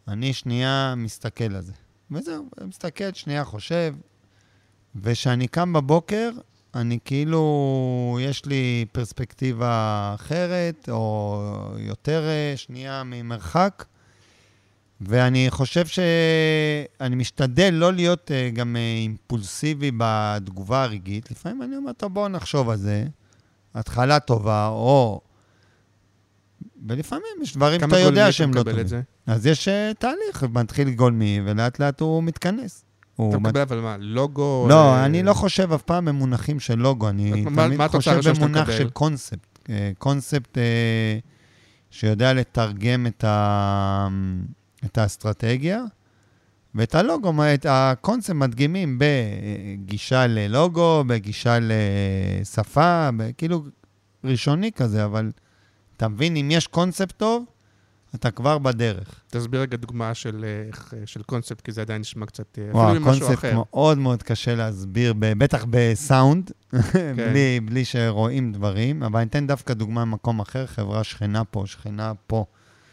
אני שנייה מסתכל על זה. וזהו, מסתכל, שנייה חושב, ושאני קם בבוקר, אני כאילו, יש לי פרספקטיבה אחרת, או יותר שנייה ממרחק, ואני חושב שאני משתדל לא להיות גם אימפולסיבי בתגובה הרגעית. לפעמים אני אומר, טוב, בואו נחשוב על זה, התחלה טובה, או... ולפעמים יש דברים שאתה יודע שהם לא טובים. אז יש תהליך, מתחיל גולמי, ולאט לאט הוא מתכנס. אתה מקבל אבל מה, לוגו? לא, אני לא חושב אף פעם במונחים של לוגו, אני תמיד חושב במונח של קונספט. קונספט שיודע לתרגם את האסטרטגיה, ואת הלוגו, את הקונספט מדגימים בגישה ללוגו, בגישה לשפה, כאילו ראשוני כזה, אבל אתה מבין, אם יש קונספט טוב, אתה כבר בדרך. תסביר רגע דוגמה של קונספט, כי זה עדיין נשמע קצת אפילו ממשהו אחר. הקונספט מאוד מאוד קשה להסביר, בטח בסאונד, בלי שרואים דברים, אבל אני אתן דווקא דוגמה ממקום אחר, חברה שכנה פה.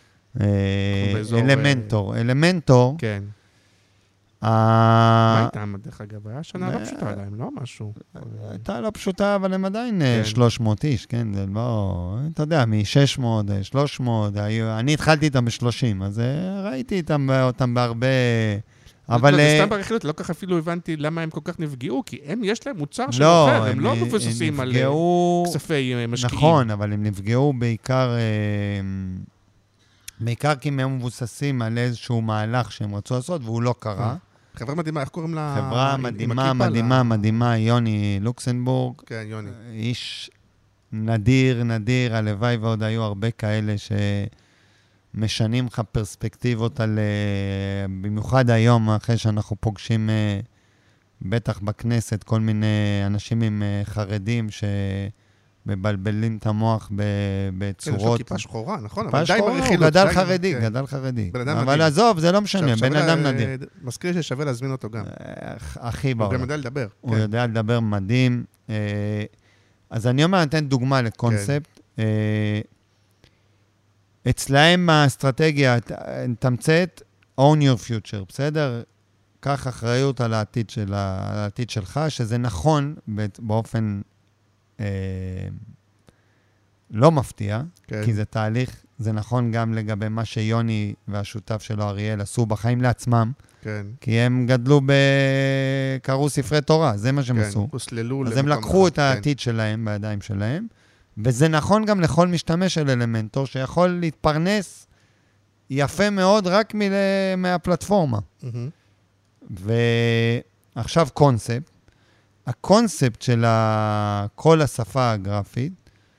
אלמנטור. כן. מה הייתה, דרך אגב? היה שנה לא פשוטה עליהם, לא משהו. הייתה לא פשוטה, אבל הם עדיין 300 איש, כן? זה לא... אתה יודע, מ-600, 300, אני התחלתי איתם ב-30, אז ראיתי אותם בהרבה... אבל... זה סתם ברכילות, לא כך אפילו הבנתי למה הם כל כך נפגעו, כי הם יש להם מוצר של אחר, הם לא מבוססים על כספי משקיעים. נכון, אבל הם נפגעו בעיקר כי הם מבוססים על איזשהו מהלך שהם רצו לעשות, והוא לא קרה. חברה מדהימה, איך קוראים לה? חברה מדהימה, יוני לוקסנבורג. כן, יוני. איש נדיר, הלוואי ועוד היו הרבה כאלה שמשנים לך פרספקטיבות על, במיוחד היום, אחרי שאנחנו פוגשים בטח בכנסת, כל מיני אנשים עם חרדים מבלבלים את המוח בצורות... יש לו כיפה שחורה, נכון? כיפה שחורה, הוא גדל חרדי. אבל עזוב, זה לא משנה, בן אדם נדיר. מזכיר ששווה להזמין אותו גם. הכי בעולם. הוא גם יודע לדבר. הוא יודע לדבר מדהים. אז אני אומר, נתן דוגמה לקונספט. אצלהם האסטרטגיה, נתמצאת, own your future, בסדר? קח אחריות על העתיד שלך, שזה נכון באופן... לא מפתיע, כי זה תהליך, זה נכון גם לגבי מה שיוני והשותף שלו אריאל עשו בחיים לעצמם, כי הם גדלו קראו ספרי תורה, זה מה שהם עשו. אז הם לקחו את העתיד שלהם בידיים שלהם, וזה נכון גם לכל משתמש של אלמנטור, שיכול להתפרנס יפה מאוד רק מהפלטפורמה. ועכשיו קונספט, הקונספט של כל השפה הגרפית,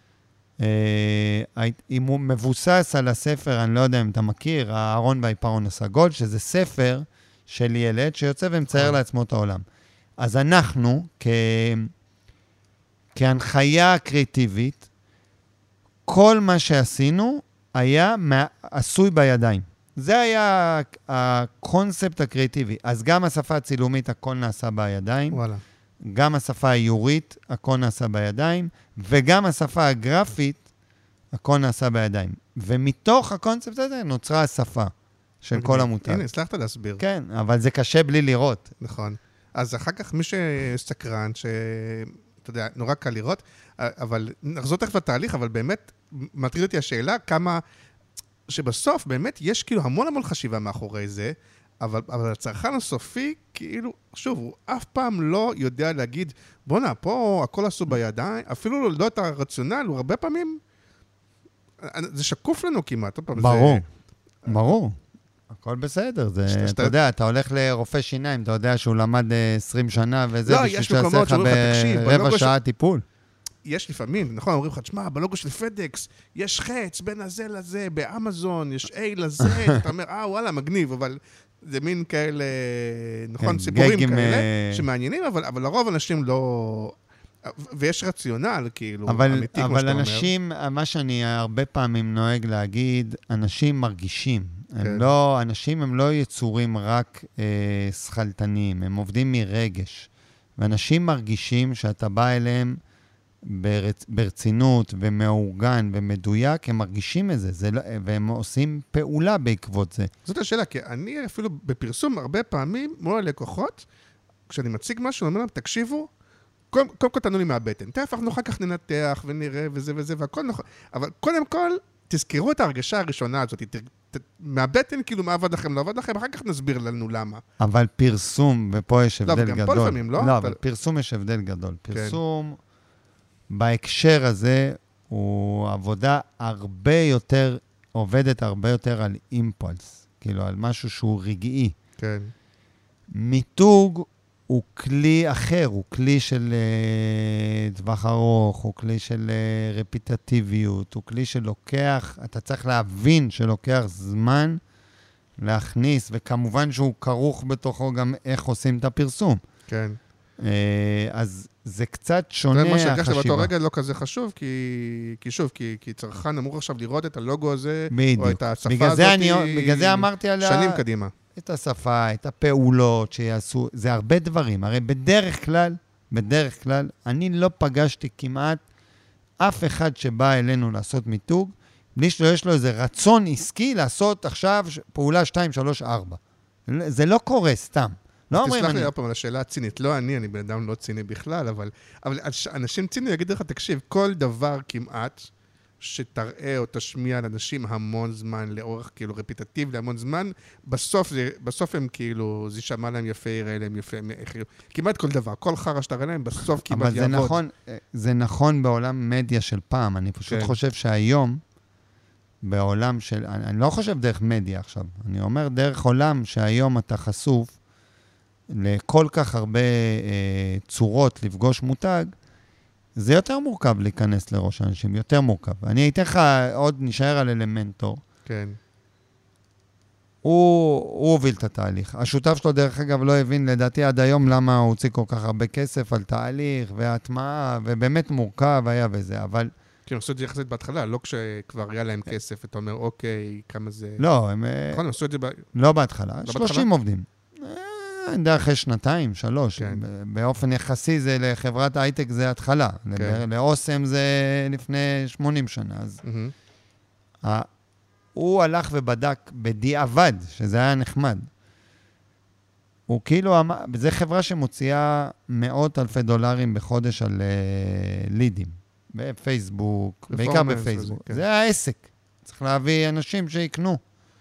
אם הוא מבוסס על הספר, אני לא יודע אם אתה מכיר, הארון והעיפרון הסגול, שזה ספר של ילד שיוצא ומצייר לעצמו את העולם. אז אנחנו, כהנחיה קריאטיבית, כל מה שעשינו היה עשוי בידיים. זה היה הקונספט הקריאטיבי. אז גם השפה הצילומית, הכל נעשה בידיים. וואלה. גם השפה האיורית, הכל נעשה בידיים, וגם השפה הגרפית, הכל נעשה בידדיים. ומתוך הקונספט הזה נוצרה השפה של כל המותג. הנה, הצלחת להסביר. כן, אבל זה קשה בלי לראות. נכון. אז אחר כך מי שסקרן, אתה יודע, נורא קל לראות, אבל נחזור תכף לתהליך, אבל באמת מטריד אותי השאלה כמה, שבסוף באמת יש כאילו המון חשיבה מאחורי זה, אבל הצרכן הסופי, כאילו, שוב, הוא אף פעם לא יודע להגיד, בונה, פה הכל עשו בידיים, אפילו לא את הרציונל, הוא הרבה פעמים, זה שקוף לנו כמעט. ברור. הכל בסדר. אתה יודע, אתה הולך לרופא שיניים, אתה יודע שהוא למד 20 שנה, וזה בשביל שעשה לך ברבע שעה טיפול. יש לפעמים, נכון, אומרים לך, תשמע, בלוגו של פדקס, יש חץ בין הזה לזה, באמזון, יש A לזה, אתה אומר, וואלה, מגניב, אבל זה מין כאלה, נכון, סיפורים כאלה, שמעניינים, אבל לרוב אנשים לא... ויש רציונל, כאילו, אמיתי, כמו שאתה אומר. אבל אנשים, מה שאני הרבה פעמים נוהג להגיד, אנשים מרגישים. אנשים הם לא יצורים רק שכלתניים, הם עובדים מרגש. ואנשים מרגישים שאתה בא אליהם ברצינות ומאורגן ומדויק, הם מרגישים את זה, והם עושים פעולה בעקבות זה. זאת השאלה, כי אני אפילו בפרסום הרבה פעמים מול הלקוחות, כשאני מציג משהו, אני אומר להם, תקשיבו, קודם כל תנו לי מהבטן. תכף אנחנו אחר כך ננתח ונראה וזה וזה והכל נכון. אבל קודם כל, תזכרו את ההרגשה הראשונה הזאת. מהבטן כאילו מה עבד לכם, לא עבד לכם, אחר כך נסביר לנו למה. אבל פרסום, ופה יש הבדל גדול. גם פה לפעמים, לא? לא, אבל פרסום יש הבדל גדול. פרסום, בהקשר הזה, הוא עבודה הרבה יותר, עובדת הרבה יותר על אימפולס. כאילו, על משהו שהוא רגעי. כן. מיתוג הוא כלי אחר, הוא כלי של טווח ארוך, הוא כלי של רפיטטיביות, הוא כלי שלוקח, אתה צריך להבין שלוקח זמן להכניס, וכמובן שהוא כרוך בתוכו גם איך עושים את הפרסום. כן. אז זה קצת שונה החשיבה. מה שהרגשת באותו רגע לא כזה חשוב, כי צרכן אמור עכשיו לראות את הלוגו הזה, או את השפה הזאת, בגלל זה אמרתי עליה, שנים קדימה. את השפה, את הפעולות שיעשו, זה הרבה דברים. הרי בדרך כלל, אני לא פגשתי כמעט אף אחד שבא אלינו לעשות מיתוג, בלי שיש לו איזה רצון עסקי לעשות עכשיו פעולה 2, 3, 4. זה לא קורה סתם. לא אומרים תסלח לי עוד פעם על השאלה הצינית. לא אני בן אדם לא ציני בכלל, אבל אנשים ציניים יגידו לך, תקשיב, כל דבר כמעט שתראה או תשמיע לאנשים המון זמן, לאורך כאילו רפיטטיב, להמון זמן, בסוף הם כאילו, זה שמע להם יפה, יראה להם יפה, כמעט כל דבר, כל חרא שתראה להם, בסוף כמעט יעבוד. אבל זה נכון בעולם מדיה של פעם, אני פשוט חושב שהיום, בעולם של, אני לא חושב דרך מדיה עכשיו, אני אומר דרך עולם שהיום אתה חשוף לכל כך הרבה צורות לפגוש מותג, זה יותר מורכב להיכנס לראש האנשים, יותר מורכב. אני אתן לך עוד נשאר על אלמנטור. כן. הוא הוביל את התהליך. השותף שלו דרך אגב לא הבין לדעתי עד היום למה הוא הוציא כל כך הרבה כסף על תהליך והטמעה, ובאמת מורכב היה וזה, אבל... כי הם עשו את זה יחסית בהתחלה, לא כשכבר היה להם כסף, אתה אומר, אוקיי, כמה זה... לא, הם... נכון, עשו את זה... לא בהתחלה, 30 עובדים. אני יודע, אחרי 2, 3. כן. באופן יחסי זה לחברת הייטק זה התחלה. כן. לאוסם זה לפני 80 שנה. אז הוא הלך ובדק בדיעבד, שזה היה נחמד. הוא כאילו, זה חברה שמוציאה מאות אלפי דולרים בחודש על לידים. בפייסבוק, בעיקר בפייסבוק. כן. זה העסק. צריך להביא אנשים שיקנו.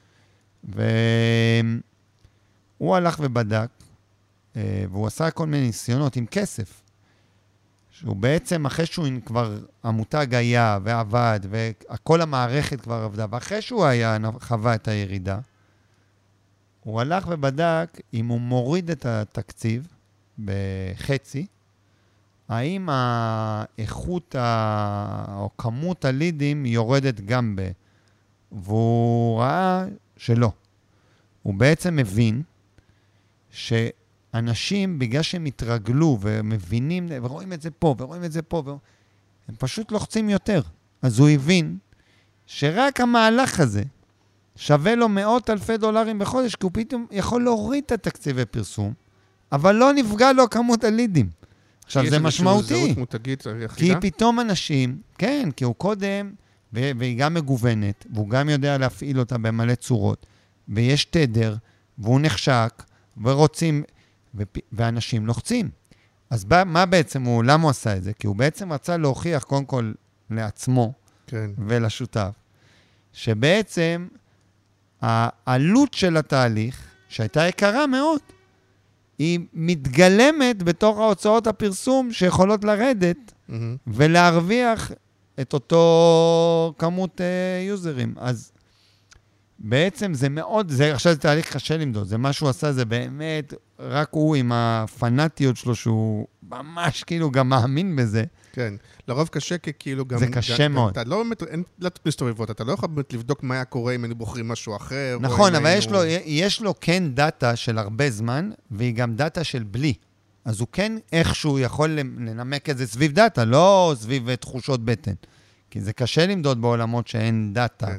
הוא הלך ובדק, והוא עשה כל מיני ניסיונות עם כסף, שהוא בעצם, אחרי שהוא כבר, המותג היה ועבד, וכל המערכת כבר עבדה, ואחרי שהוא היה, חווה את הירידה, הוא הלך ובדק אם הוא מוריד את התקציב בחצי, האם האיכות או כמות הלידים יורדת גם והוא ראה שלא. הוא בעצם מבין שאנשים, בגלל שהם התרגלו ומבינים, ורואים את זה פה, ורואים את זה פה, הם פשוט לוחצים יותר. אז הוא הבין שרק המהלך הזה שווה לו מאות אלפי דולרים בחודש, כי הוא פתאום יכול להוריד את התקציבי פרסום, אבל לא נפגע לו כמות הלידים. עכשיו, זה משמעותי. כי פתאום אנשים, כן, כי הוא קודם, והיא גם מגוונת, והוא גם יודע להפעיל אותה במלא צורות, ויש תדר, והוא נחשק, ורוצים, ואנשים לוחצים. אז מה בעצם הוא, למה הוא עשה את זה? כי הוא בעצם רצה להוכיח קודם כל לעצמו, כן. ולשותף, שבעצם העלות של התהליך, שהייתה יקרה מאוד, היא מתגלמת בתוך ההוצאות הפרסום שיכולות לרדת, ולהרוויח את אותו כמות יוזרים. אז בעצם זה מאוד, עכשיו זה תהליך קשה למדוד, זה מה שהוא עשה, זה באמת, רק הוא עם הפנאטיות שלו, שהוא ממש כאילו גם מאמין בזה. כן, לרוב קשה כאילו גם... זה קשה מאוד. אתה לא מסתובבות, אתה לא יכול באמת לבדוק מה היה קורה אם היינו בוחרים משהו אחר. נכון, אבל יש לו כן דאטה של הרבה זמן, והיא גם דאטה של בלי. אז הוא כן איכשהו יכול לנמק את זה סביב דאטה, לא סביב תחושות בטן. כי זה קשה למדוד בעולמות שאין דאטה. כן.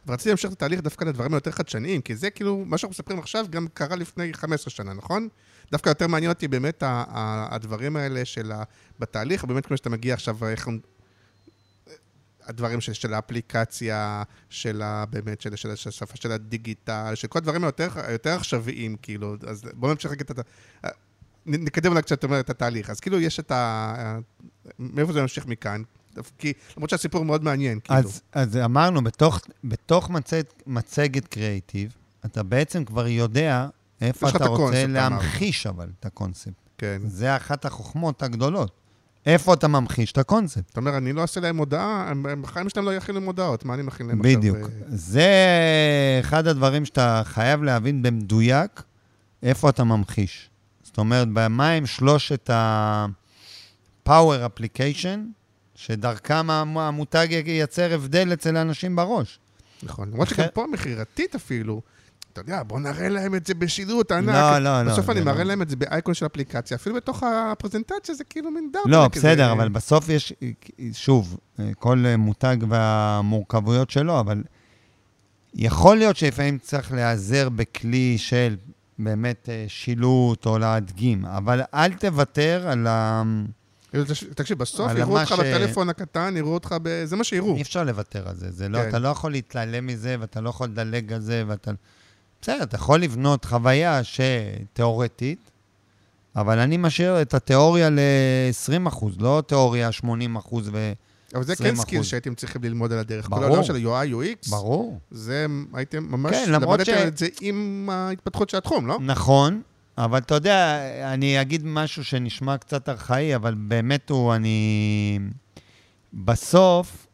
ורציתי להמשיך את התהליך דווקא לדברים היותר חדשניים, כי זה כאילו, מה שאנחנו מספרים עכשיו גם קרה לפני 15 שנה, נכון? דווקא יותר מעניין אותי באמת הדברים האלה בתהליך, באמת כמו שאתה מגיע עכשיו, איך הדברים של האפליקציה, באמת של השפה של הדיגיטל, של כל הדברים היותר עכשוויים, כאילו, אז בואו נמשיך נקדם לה קצת את התהליך. אז כאילו יש מאיפה זה ממשיך מכאן? כי למרות שהסיפור מאוד מעניין, כאילו. אז אמרנו, בתוך מצגת קריאיטיב, אתה בעצם כבר יודע איפה אתה רוצה להמחיש אבל את הקונספט. כן. זה אחת החוכמות הגדולות. איפה אתה ממחיש את הקונספט? זאת אומרת, אני לא אעשה להם הודעה, בחיים שלהם לא יכילו מודעות, מה אני מכין להם עכשיו? בדיוק. זה אחד הדברים שאתה חייב להבין במדויק, איפה אתה ממחיש. זאת אומרת, מה הם שלושת ה-Power Application, שדרכם המותג ייצר הבדל אצל האנשים בראש. נכון. למרות שגם פה מחירתית אפילו, אתה יודע, בוא נראה להם את זה בשילוט ענק. לא. בסוף אני מראה להם את זה באייקון של אפליקציה. אפילו בתוך הפרזנטציה זה כאילו מין דארט. לא, בסדר, אבל בסוף יש, שוב, כל מותג והמורכבויות שלו, אבל יכול להיות שלפעמים צריך להיעזר בכלי של באמת שילוט או להדגים, אבל אל תוותר על ה... תקשיב, בסוף יראו אותך בטלפון הקטן, יראו אותך זה מה שיראו. אי אפשר לוותר על זה. אתה לא יכול להתעלם מזה, ואתה לא יכול לדלג על זה, בסדר, אתה יכול לבנות חוויה שתיאורטית, אבל אני משאיר את התיאוריה ל-20%, לא תיאוריה 80% ו... אבל זה כן סקיל שהייתם צריכים ללמוד על הדרך. ברור. כל העולם של UI, UX, ברור. זה הייתם ממש... כן, למרות למדתם את זה עם ההתפתחות של התחום, לא? נכון, אבל אתה יודע, אני אגיד משהו שנשמע קצת ארכאי, אבל באמת בסוף,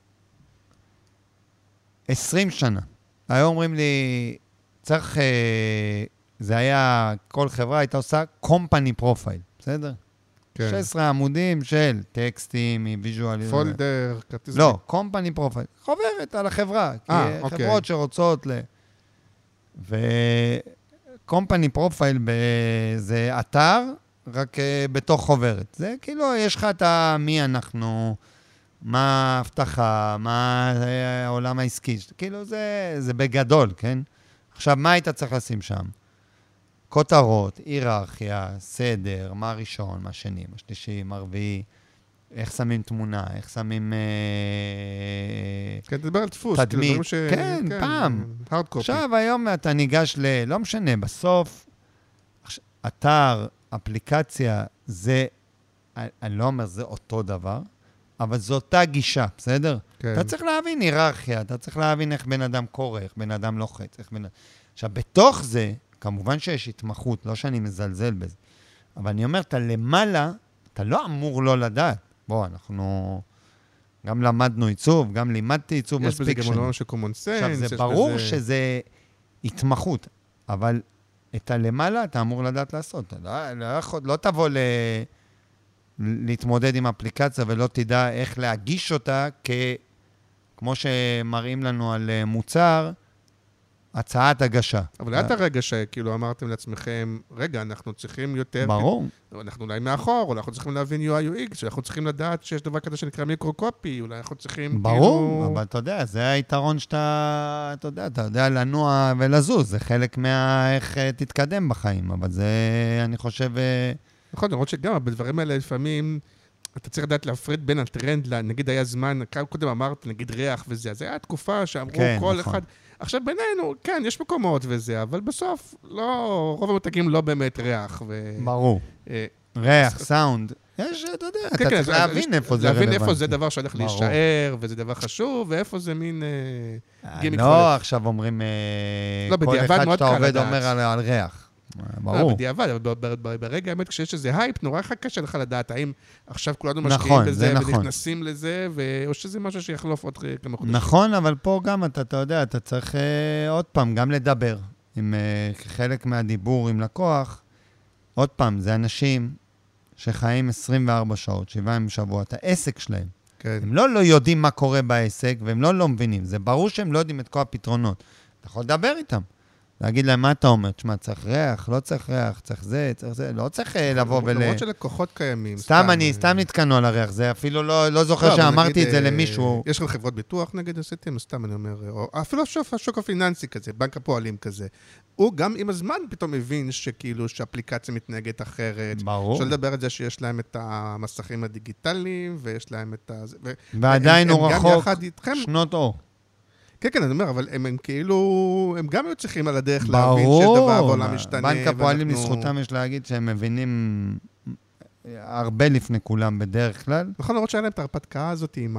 20 שנה. היום אומרים לי, צריך, זה היה, כל חברה הייתה עושה company profile, בסדר? כן. 16 עמודים של טקסטים, ויז'ואל... פולדר, כרטיס... לא, company profile. חוברת על החברה. אוקיי. חברות שרוצות company profile זה אתר, רק בתוך חוברת. זה כאילו, יש לך את מי אנחנו, מה ההבטחה, מה העולם העסקי. כאילו, זה בגדול, כן? עכשיו, מה היית צריך לשים שם? כותרות, היררכיה, סדר, מה ראשון, מה שני, מה שלישי, מה רביעי, איך שמים תמונה, איך שמים... כן, תדבר על דפוס. תדמית, כן, פעם. עכשיו, היום אתה ניגש לא משנה, בסוף, אתר, אפליקציה, זה, אני לא אומר, זה אותו דבר, אבל זו אותה גישה, בסדר? כן. אתה צריך להבין היררכיה, אתה צריך להבין איך בן אדם קורא, איך בן אדם לוחץ, איך בן... עכשיו, בתוך זה, כמובן שיש התמחות, לא שאני מזלזל בזה, אבל אני אומר, אתה למעלה, אתה לא אמור לא לדעת. בוא, אנחנו גם למדנו עיצוב, גם לימדתי עיצוב מספיק שנים. יש בזה גם עולם של common sense. עכשיו, זה ברור שזה התמחות, אבל את הלמעלה אתה אמור לדעת לעשות. לא תבוא להתמודד עם אפליקציה ולא תדע איך להגיש אותה כמו שמראים לנו על מוצר, הצעת הגשה. אבל היה את הרגע שכאילו אמרתם לעצמכם, רגע, אנחנו צריכים יותר... ברור. אנחנו אולי מאחור, אולי אנחנו צריכים להבין UI UX, שאנחנו צריכים לדעת שיש דבר כזה שנקרא מיקרו-קופי, אולי אנחנו צריכים ברור, אבל אתה יודע, זה היתרון שאתה, אתה יודע לנוע ולזוז, זה חלק איך תתקדם בחיים, אבל זה, אני חושב... נכון, למרות שגם בדברים האלה לפעמים... אתה צריך לדעת להפריד בין הטרנד, נגיד היה זמן, קודם אמרת, נגיד ריח וזה, אז היה תקופה שאמרו כן, כל נכון. אחד, עכשיו בינינו, כן, יש מקומות וזה, אבל בסוף, לא, רוב המותגים לא באמת ריח. ברור. ריח, סאונד, יש, אתה יודע, אתה צריך להבין איפה זה רלוונטי. להבין איפה זה דבר שהולך להישאר, וזה דבר חשוב, ואיפה זה מין גימיק חולף. לא, עכשיו אומרים, כל אחד שאתה עובד אומר על ריח. ברור. בדיעבד, אבל ברגע האמת, כשיש איזה הייפ, נורא קשה לך לדעת, האם עכשיו כולנו משקיעים בזה ונכנסים לזה, או שזה משהו שיחלוף עוד כמה חודשים. נכון, אבל פה גם אתה יודע, אתה צריך עוד פעם גם לדבר, עם חלק מהדיבור עם לקוח, עוד פעם, זה אנשים שחיים 24 שעות, 7 ימים בשבוע, את העסק שלהם. הם לא יודעים מה קורה בעסק, והם לא מבינים. זה ברור שהם לא יודעים את כל הפתרונות. אתה יכול לדבר איתם. להגיד להם, מה אתה אומר? תשמע, צריך ריח, לא צריך ריח, צריך זה, לא צריך לבוא למרות שלקוחות קיימים. סתם נתקנו על הריח, זה אפילו לא זוכר שאמרתי את זה למישהו. יש לכם חברות ביטוח נגד עשיתם, סתם אני אומר, או אפילו השוק הפיננסי כזה, בנק הפועלים כזה. הוא גם עם הזמן פתאום מבין שכאילו שהאפליקציה מתנהגת אחרת. ברור. אפשר לדבר על זה שיש להם את המסכים הדיגיטליים, ויש להם את ה... ועדיין הוא רחוק שנות אור. כן, כן, אני אומר, אבל הם כאילו, הם גם היו צריכים על הדרך להבין שדבר בעולם משתנה. בנק הפועלים לזכותם יש להגיד שהם מבינים הרבה לפני כולם בדרך כלל. נכון, לראות שהיה להם את ההרפתקה הזאת עם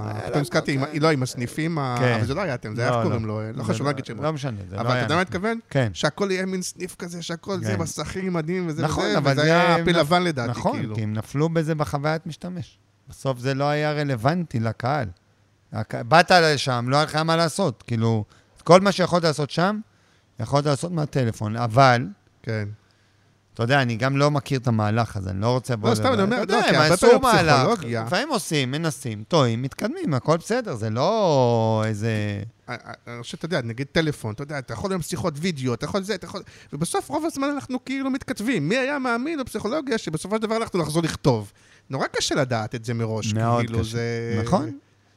עם הסניפים, אבל זה לא היה אתם, זה היה קוראים לו, לא חשוב להגיד שמות. לא משנה, זה לא היה. אבל אתה יודע מה התכוון? כן. שהכל יהיה מין סניף כזה, שהכל זה מסכים מדהים וזה וזה, וזה היה פיל לבן לדעתי. נכון, כי הם נפלו בזה בחוויית משתמש. בסוף זה לא היה רלוונטי לקהל. באת לשם, לא היה לך מה לעשות. כאילו, כל מה שיכולת לעשות שם, יכולת לעשות מהטלפון, אבל... כן. אתה יודע, אני גם לא מכיר את המהלך הזה, אני לא רוצה... לא, סתם, אני אומר, לא, כי הרבה פעמים פסיכולוגיה. לפעמים עושים, מנסים, טועים, מתקדמים, הכל בסדר, זה לא איזה... אני חושב, אתה יודע, נגיד טלפון, אתה יודע, אתה יכול להיות שיחות וידאו, אתה יכול זה, אתה יכול... ובסוף רוב הזמן אנחנו כאילו מתכתבים. מי היה מאמין בפסיכולוגיה שבסופו של דבר אנחנו נחזור לכתוב? נורא קשה לדעת את זה מראש. מאוד קשה. נכון.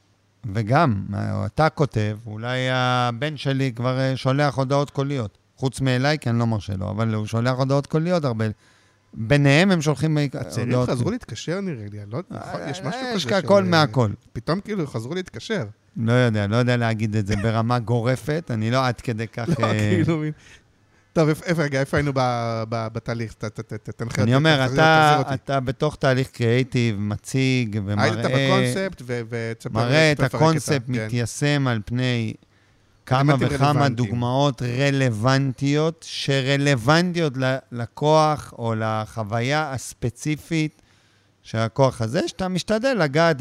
וגם, אתה כותב, אולי הבן שלי כבר שולח הודעות קוליות. חוץ מאליי, כי אני לא מרשה לו, אבל הוא שולח הודעות קוליות הרבה. ביניהם הם שולחים הודעות... הצעירים חזרו להתקשר, נראה לי. יש משהו כזה. יש הכל מהכל. פתאום כאילו חזרו להתקשר. לא יודע להגיד את זה ברמה גורפת, אני לא עד כדי כך... לא, כאילו... טוב, איפה היינו בתהליך? אני אומר, אתה בתוך תהליך קריאייטיב, מציג ומראה... היית בקונספט מראה את הקונספט מתיישם על פני כמה וכמה דוגמאות רלוונטיות, שרלוונטיות ללקוח או לחוויה הספציפית של הכוח הזה, שאתה משתדל לגעת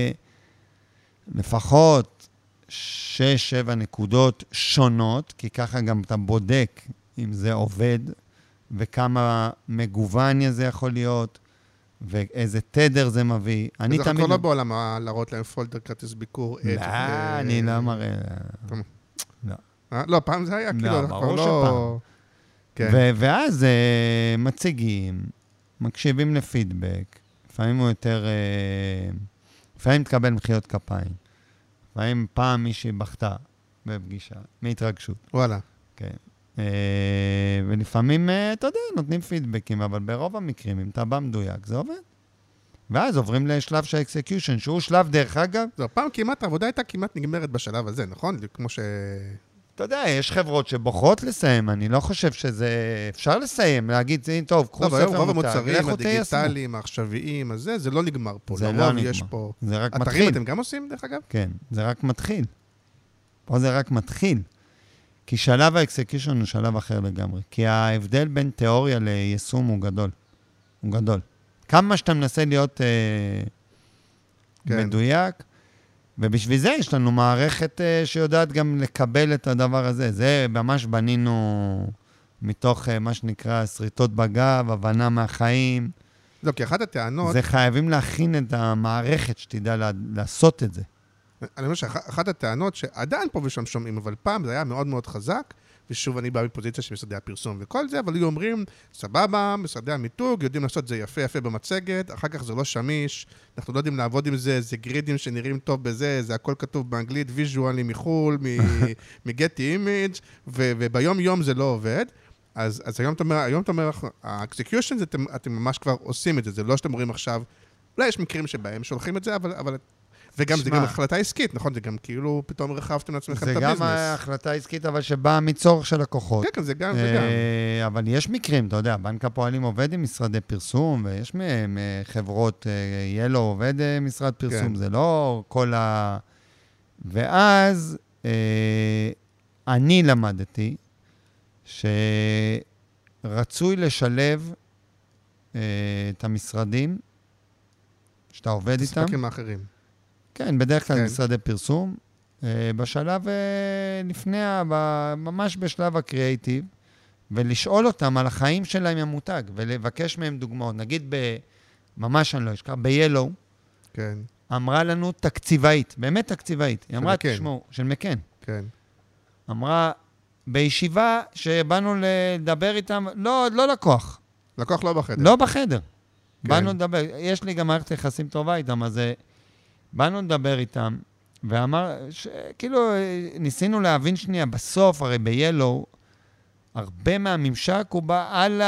לפחות 6-7 נקודות שונות, כי ככה גם אתה בודק אם זה עובד, וכמה מגוון זה יכול להיות, ואיזה תדר זה מביא. אז אנחנו לא בעולם להראות להם פולדר כרטיס ביקור. לא, אני לא מראה. לא, פעם זה היה, כאילו, ברור שפעם. ואז מציגים, מקשיבים לפידבק, לפעמים הוא יותר, לפעמים תקבל מחיאות כפיים, לפעמים פעם מישהי בכתה בפגישה, מהתרגשות. וואלה. כן. ולפעמים, אתה יודע, נותנים פידבקים, אבל ברוב המקרים, אם אתה בא מדויק, זה עובד. ואז עוברים לשלב של אקסקיושן, שהוא שלב דרך אגב. זו פעם כמעט, העבודה הייתה כמעט נגמרת בשלב הזה, נכון? כמו ש... אתה יודע, יש חברות שבוחרות לסיים, אני לא חושב שזה... אפשר לסיים, להגיד, טוב, קחו ספר מותג, רוב המוצרים הדיגיטליים, העכשוויים, אז זה לא נגמר פה. זה לא נגמר, זה רק מתחיל. אתרים אתם גם עושים, דרך אגב? כן, זה רק מתחיל. פה זה רק מתחיל. כי שלב האקסקיושן הוא שלב אחר לגמרי. כי ההבדל בין תיאוריה ליישום הוא גדול. הוא גדול. כמה שאתה מנסה להיות מדויק, ובשביל זה יש לנו מערכת שיודעת גם לקבל את הדבר הזה. זה ממש בנינו מתוך מה שנקרא שריטות בגב, הבנה מהחיים. לא, כי אחת הטענות... זה חייבים להכין את המערכת שתדע לעשות את זה. אני אומר שאחת הטענות שעדיין פה ושם שומעים, אבל פעם זה היה מאוד מאוד חזק, ושוב אני בא מפוזיציה של משרדי הפרסום וכל זה, אבל היו אומרים, סבבה, משרדי המיתוג, יודעים לעשות זה יפה יפה במצגת, אחר כך זה לא שמיש, אנחנו לא יודעים לעבוד עם זה, זה גרידים שנראים טוב בזה, זה הכל כתוב באנגלית, ויז'ואלי מחול, מגטי אימג' וביום יום זה לא עובד. אז היום אתה אומר, האקסקיושן, אתם ממש כבר עושים את זה, זה לא שאתם אומרים עכשיו, אולי יש מקרים שבהם שולחים את זה, אבל וגם זה גם החלטה עסקית, נכון? זה גם כאילו פתאום רחבתם לעצמכם את הביזנס. זה גם החלטה עסקית, אבל שבאה מצורך של לקוחות. כן, זה גם. אבל יש מקרים, אתה יודע, בנק הפועלים עובד עם משרדי פרסום, ויש מהם חברות, ילו עובד משרד פרסום, זה לא כל ה... ואז אני למדתי שרצוי לשלב את המשרדים שאתה עובד איתם. הספקים האחרים. כן, בדרך כלל משרדי פרסום, בשלב לפני, ממש בשלב הקריאייטיב, ולשאול אותם על החיים שלהם עם המותג, ולבקש מהם דוגמאות. נגיד, ממש אני לא אשכח, ב-Yellow, כן. אמרה לנו תקציבאית, באמת תקציבאית. היא אמרה, תשמעו, של מקן. כן. אמרה, בישיבה שבאנו לדבר איתם, לא לקוח. לקוח לא בחדר. לא בחדר. כן. באנו לדבר, יש לי גם מערכת יחסים טובה איתם, אז באנו לדבר איתם, ואמר, כאילו ניסינו להבין שנייה, בסוף, הרי ב-Yellow, הרבה מהממשק הוא בא על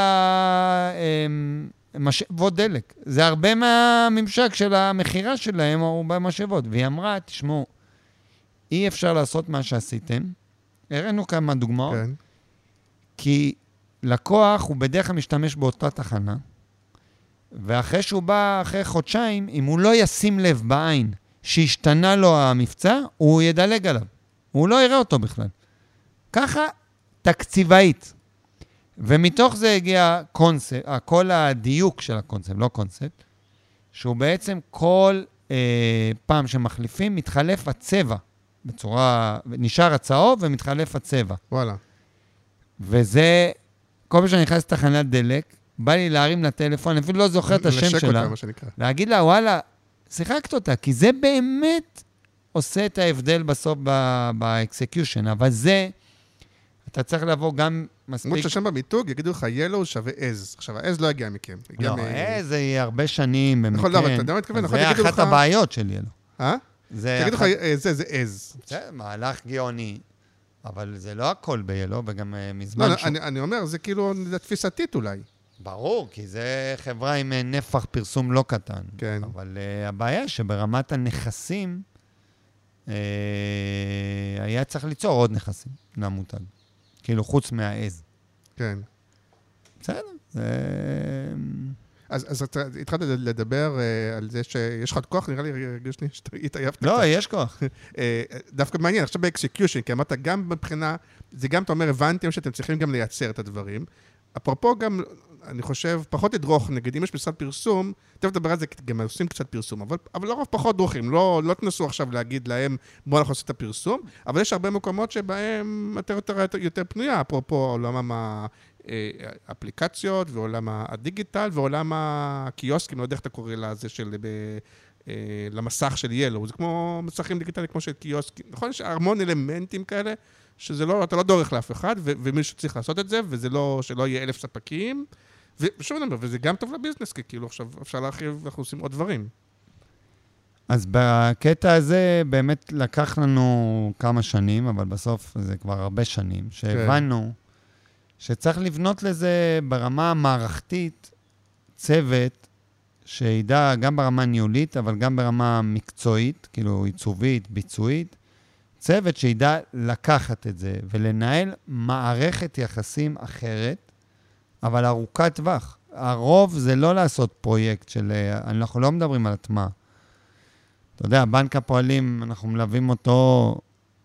משאבות דלק. זה הרבה מהממשק של המחירה שלהם, הוא במשאבות. והיא אמרה, תשמעו, אי אפשר לעשות מה שעשיתם. הראינו כמה דוגמאות. כן. כי לקוח הוא בדרך כלל משתמש באותה תחנה, ואחרי שהוא בא אחרי חודשיים, אם הוא לא ישים לב בעין שהשתנה לו המבצע, הוא ידלג עליו. הוא לא יראה אותו בכלל. ככה תקציבאית. ומתוך זה הגיע קונספט, כל הדיוק של הקונספט, לא קונספט, שהוא בעצם כל פעם שמחליפים, מתחלף הצבע. בצורה, נשאר הצהוב ומתחלף הצבע. וואלה. וזה, כל פעם שאני נכנס לתחנת דלק, בא לי להרים לטלפון, אפילו לא זוכר את השם שלה. אותה, מה שנקרא. להגיד לה, וואלה, שיחקת אותה, כי זה באמת עושה את ההבדל בסוף באקסקיושן, אבל זה, אתה צריך לבוא גם מספיק... כמו ששם במיתוג, יגידו לך, Yellow שווה עז. עכשיו, העז לא יגיע מכם. לא, עז זה הרבה שנים במקרה. נכון, לא, אבל אתה יודע מה מתכוון? זה אחת הבעיות של Yellow. תגידו לך, זה עז. זה מהלך גאוני, אבל זה לא הכל ב-Yellow, וגם מזמן... לא, אני אומר, זה כאילו תפיסתית אולי. ברור, כי זה חברה עם נפח פרסום לא קטן. כן. אבל הבעיה שברמת הנכסים, היה צריך ליצור עוד נכסים למותג. כאילו חוץ מהעז. כן. בסדר. אז אתה התחלת לדבר על זה שיש לך כוח, נראה לי, הרגיש לי שהתעייפת. לא, יש כוח. דווקא מעניין, עכשיו באקסקיושן, כי אמרת גם מבחינה, זה גם, אתה אומר, הבנתם שאתם צריכים גם לייצר את הדברים. אפרופו גם, אני חושב, פחות לדרוך, נגיד, אם יש משרד פרסום, אתם מדבר על זה, גם עושים קצת פרסום, אבל לרוב פחות דרוכים, לא תנסו עכשיו להגיד להם, בואו אנחנו עושים את הפרסום, אבל יש הרבה מקומות שבהם יותר פנויה, אפרופו עולם האפליקציות, ועולם הדיגיטל, ועולם הקיוסקים, לא יודע איך אתה קורא לזה של... למסך של Yellow, זה כמו מסכים דיגיטליים, כמו של קיוסקים, נכון? יש המון אלמנטים כאלה, שזה לא, אתה לא דורך לאף אחד, ומישהו צריך לעשות את זה, וזה לא, שלא יהיה 1,000 ספקים, ושוב נאמר, וזה גם טוב לביזנס, כי כאילו עכשיו אפשר להרחיב, אנחנו עושים עוד דברים. אז בקטע הזה באמת לקח לנו כמה שנים, אבל בסוף זה כבר הרבה שנים, שהבנו שצריך לבנות לזה ברמה המערכתית צוות, שידע גם ברמה ניהולית, אבל גם ברמה מקצועית, כאילו עיצובית, ביצועית, צוות שידע לקחת את זה ולנהל מערכת יחסים אחרת, אבל ארוכת טווח. הרוב זה לא לעשות פרויקט של... אנחנו לא מדברים על הטמעה. אתה יודע, בנק הפועלים, אנחנו מלווים אותו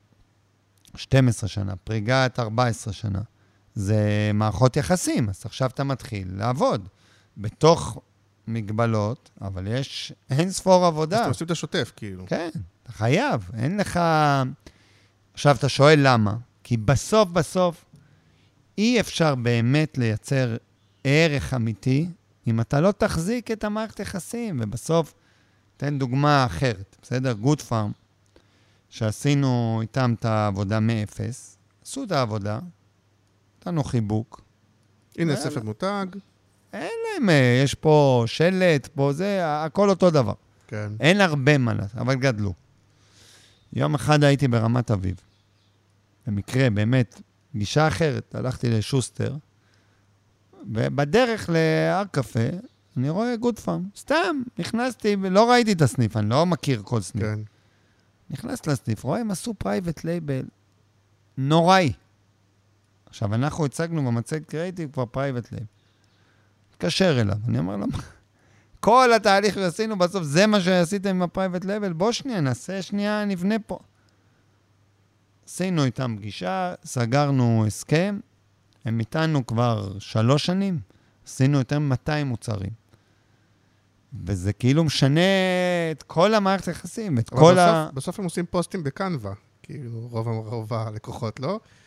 12 שנה, פריגת 14 שנה. זה מערכות יחסים, אז עכשיו אתה מתחיל לעבוד בתוך מגבלות, אבל יש אין ספור עבודה. אז אתה עושים את השוטף, כאילו. כן, אתה חייב. אין לך... עכשיו, אתה שואל למה? כי בסוף, אי אפשר באמת לייצר ערך אמיתי, אם אתה לא תחזיק את המערכת יחסים, ובסוף, תן דוגמה אחרת, בסדר? Good Farm, שעשינו איתם את העבודה מאפס, עשו את העבודה, נתנו חיבוק. הנה ספר מותג. אין להם, יש פה שלט, פה זה, הכל אותו דבר. כן. אין הרבה מה לעשות, אבל גדלו. יום אחד הייתי ברמת אביב. במקרה, באמת, גישה אחרת, הלכתי לשוסטר, ובדרך להר קפה, אני רואה Good Farm. סתם, נכנסתי, ולא ראיתי את הסניף, אני לא מכיר כל סניף. כן. נכנס לסניף, רואה, הם עשו פרייבט לייבל נוראי. עכשיו, אנחנו הצגנו במצג קריאיטיב כבר פרייבט לייבל. מתקשר אליו, אני אומר לו, כל התהליך שעשינו בסוף, זה מה שעשיתם עם הפרייבט לייבל, בוא שנייה, נעשה שנייה, נבנה פה. עשינו איתם פגישה, סגרנו הסכם, הם איתנו כבר 3 שנים, עשינו יותר מ-200 מוצרים. וזה כאילו משנה את כל המערכת היחסים, את כל בסוף הם עושים פוסטים בקנווה, כאילו רוב הלקוחות, לא?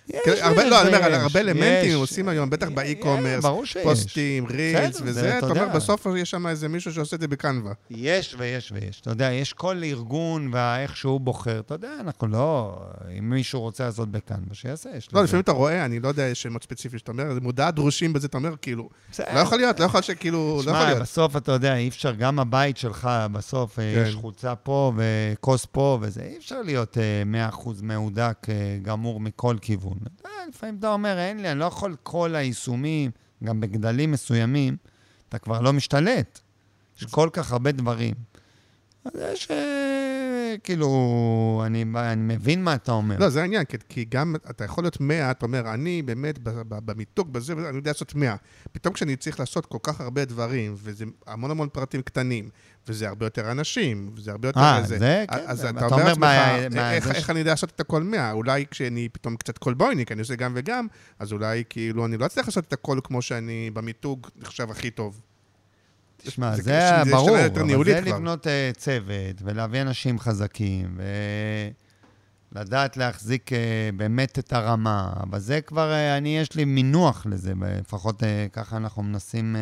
לא, אני אומר, על הרבה אלמנטים עושים היום, בטח באי-קומרס, פוסטים, רילס וזה, אתה אומר, בסוף יש שם איזה מישהו שעושה את זה בקנווה. יש. אתה יודע, יש כל ארגון ואיך שהוא בוחר, אתה יודע, אנחנו לא, אם מישהו רוצה לעשות בקנווה, שיעשה. לא, לפעמים אתה רואה, אני לא יודע, יש שמות ספציפי שאתה אומר, מודעת דרושים בזה, אתה אומר, כאילו, לא יכול להיות שכאילו, לא יכול להיות. בסוף, אתה יודע, אי אפשר, גם הבית שלך, בסוף, יש חולצה פה וכוס פה וזה, אי אפשר להיות 100% מהודק גמור מכל כיוון. לפעמים אתה אומר, אין לי, אני לא יכול כל היישומים, גם בגדלים מסוימים, אתה כבר לא משתלט. יש כל כך הרבה דברים. אז יש, כאילו, אני מבין מה אתה אומר. לא, זה העניין, כי גם אתה יכול להיות 100, אתה אומר, אני באמת במיתוג בזה, אני יודע לעשות 100. פתאום כשאני צריך לעשות כל כך הרבה דברים, וזה המון פרטים קטנים, וזה הרבה יותר אנשים, וזה הרבה יותר זה. זה, כן. אז אתה אומר לעצמך, איך אני יודע לעשות את הכל 100? אולי כשאני פתאום קצת קולבויניק, אני עושה גם וגם, אז אולי כאילו אני לא אצליח לעשות את הכל כמו שאני במיתוג נחשב הכי טוב. תשמע, זה ברור, אבל זה לבנות צוות, ולהביא אנשים חזקים, ולדעת להחזיק באמת את הרמה, אבל זה כבר, יש לי מינוח לזה, לפחות ככה אנחנו מנסים,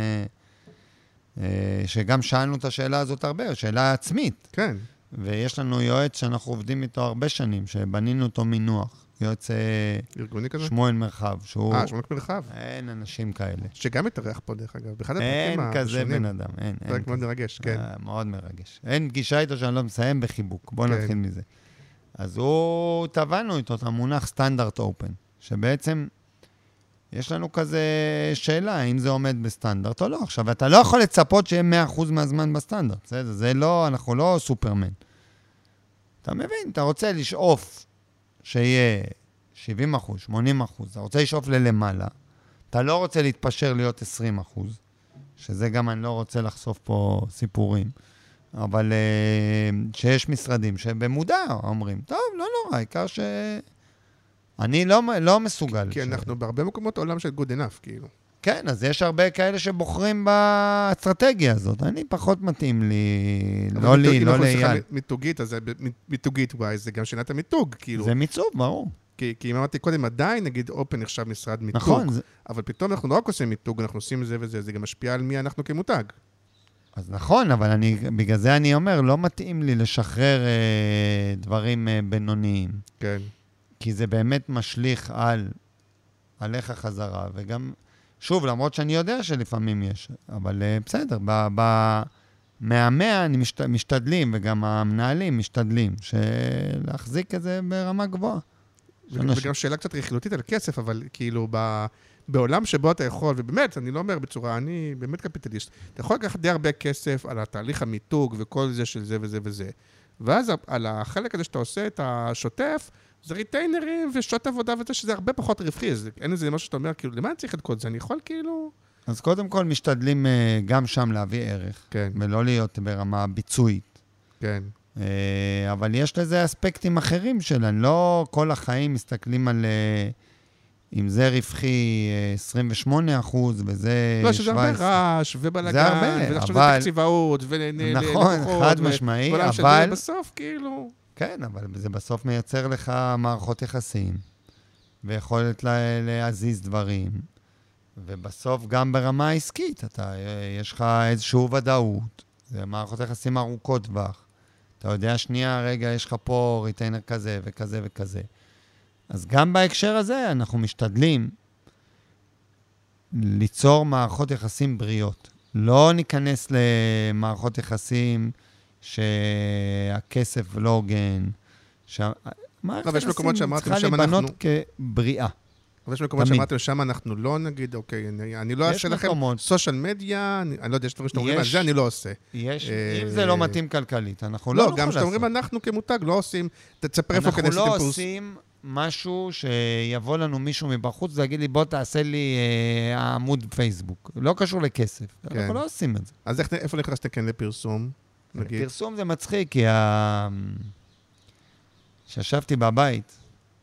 שגם שאלנו את השאלה הזאת הרבה, שאלה עצמית. כן. ויש לנו יועץ שאנחנו עובדים איתו הרבה שנים, שבנינו אותו מינוח. יועץ שמואל מרחב, שהוא... שמואל מרחב. אין אנשים כאלה. שגם מתארח פה, דרך אגב. אין כזה בן אדם, אין. פרק מאוד מרגש, כן. מאוד מרגש. אין פגישה איתו שאני לא מסיים בחיבוק. בואו נתחיל מזה. אז הוא, טבענו איתו את המונח סטנדרט אופן, שבעצם יש לנו כזה שאלה, האם זה עומד בסטנדרט או לא. עכשיו, אתה לא יכול לצפות שיהיה 100% מהזמן בסטנדרט. זה לא, אנחנו לא סופרמן. אתה מבין, אתה רוצה לשאוף שיהיה 70%, 80%, אתה רוצה לשאוף ללמעלה, אתה לא רוצה להתפשר להיות 20%, שזה גם אני לא רוצה לחשוף פה סיפורים, אבל שיש משרדים שבמודע אומרים, טוב, לא נורא, העיקר שאני לא מסוגל. כי אנחנו בהרבה מקומות עולם של good enough, כאילו. כן, אז יש הרבה כאלה שבוחרים באסטרטגיה הזאת. אני פחות מתאים לי, לא לי, לא לאייל. אם אנחנו מיתוגית, אז מיתוגית וואי, זה גם שאלת המיתוג, כאילו. זה מיצוב, ברור. כי אם אמרתי קודם, עדיין נגיד אופן נחשב משרד מיתוג. נכון. אבל פתאום אנחנו לא רק עושים מיתוג, אנחנו עושים זה וזה, זה גם משפיע על מי אנחנו כמותג. אז נכון, אבל בגלל זה אני אומר, לא מתאים לי לשחרר דברים בינוניים. כן. כי זה באמת משליך עליך חזרה, וגם... שוב, למרות שאני יודע שלפעמים יש, אבל בסדר, מהמאה אני משתדלים, וגם המנהלים משתדלים, להחזיק את זה ברמה גבוהה. וגם שאלה קצת רכילותית על כסף, אבל כאילו בעולם שבו אתה יכול, ובאמת, אני לא אומר בצורה, אני באמת קפיטליסט, אתה יכול לקחת די הרבה כסף על התהליך המיתוג וכל זה של זה וזה וזה, ואז על החלק הזה שאתה עושה את השוטף, זה ריטיינרים ושעות עבודה וזה, שזה הרבה פחות רווחי, אז אין איזה משהו שאתה אומר, כאילו, למה אני צריך את כל זה? אני יכול כאילו... אז קודם כל משתדלים גם שם להביא ערך, כן. ולא להיות ברמה ביצועית. כן. אבל יש לזה אספקטים אחרים שלנו, לא כל החיים מסתכלים על... אם זה רווחי 28% וזה... לא, שזה הרבה רעש ובלגן, ולחשוב על תקציבאות, נכון, חד משמעי, אבל... בסוף כאילו... כן, אבל זה בסוף מייצר לך מערכות יחסים, ויכולת להזיז דברים, ובסוף גם ברמה העסקית, יש לך איזושהי ודאות, זה מערכות יחסים ארוכות טווח. אתה יודע, שנייה, רגע, יש לך פה ריטיינר כזה וכזה וכזה. אז גם בהקשר הזה אנחנו משתדלים ליצור מערכות יחסים בריאות. לא ניכנס למערכות יחסים שהכסף לא הוגן. מערכת יחסים צריכה להיבנות כבריאה. אבל יש מקומות שאמרתם, שם אנחנו לא נגיד, אוקיי, אני לא אעשה לכם סושיאל מדיה, אני לא יודע, יש דברים שאתם אומרים, על זה אני לא עושה. יש, אם זה לא מתאים כלכלית, אנחנו לא נוכל לעשות. לא, גם שאתם אומרים, אנחנו כמותג לא עושים, תצפר איפה כנס אנחנו לא עושים משהו שיבוא לנו מישהו מבחוץ, להגיד לי, בוא תעשה לי עמוד פייסבוק. לא קשור לכסף. אנחנו לא עושים את זה. אז איפה נכנסתם כן לפרסום? לפרסום זה מצחיק, כי שישבתי בבית,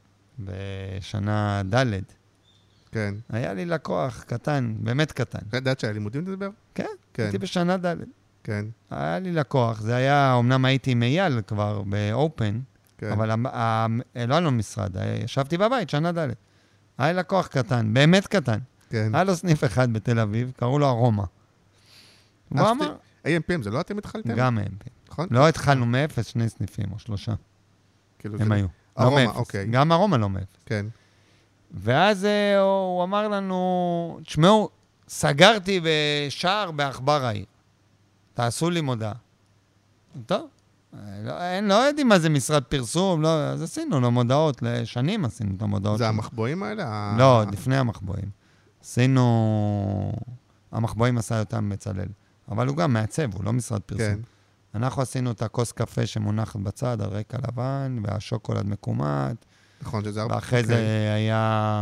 בשנה ד' כן. היה לי לקוח קטן, באמת קטן. ידעת שהיה לימודים לדבר? כן, הייתי בשנה ד'. כן. היה לי לקוח, זה היה, אמנם הייתי עם אייל כבר באופן, אבל לא היה לו משרד, ישבתי בבית, שנה ד'. היה לקוח קטן, באמת קטן. כן. היה לו סניף אחד בתל אביב, קראו לו ארומה. הוא אמר... AMPM, זה לא אתם התחלתם? גם AMPM. נכון? לא התחלנו מאפס, 2 סניפים או 3. כאילו הם זה... היו. ארומה, לא מאפס. אוקיי. גם ארומה לא מאפס. כן. ואז הוא אמר לנו, תשמעו, סגרתי בשער בעכבר העיר. תעשו לי מודעה. טוב, לא יודעים מה זה משרד פרסום, לא, אז עשינו לו מודעות, לשנים עשינו את המודעות. זה המחבואים האלה? לא, לפני המחבואים. עשינו... המחבואים עשה אותם בצלאל. אבל הוא גם מעצב, הוא לא משרד פרסום. כן. אנחנו עשינו את הכוס קפה שמונחת בצד, על רקע לבן, והשוקולד מקומט. נכון, שזה הרבה... ואחרי זה היה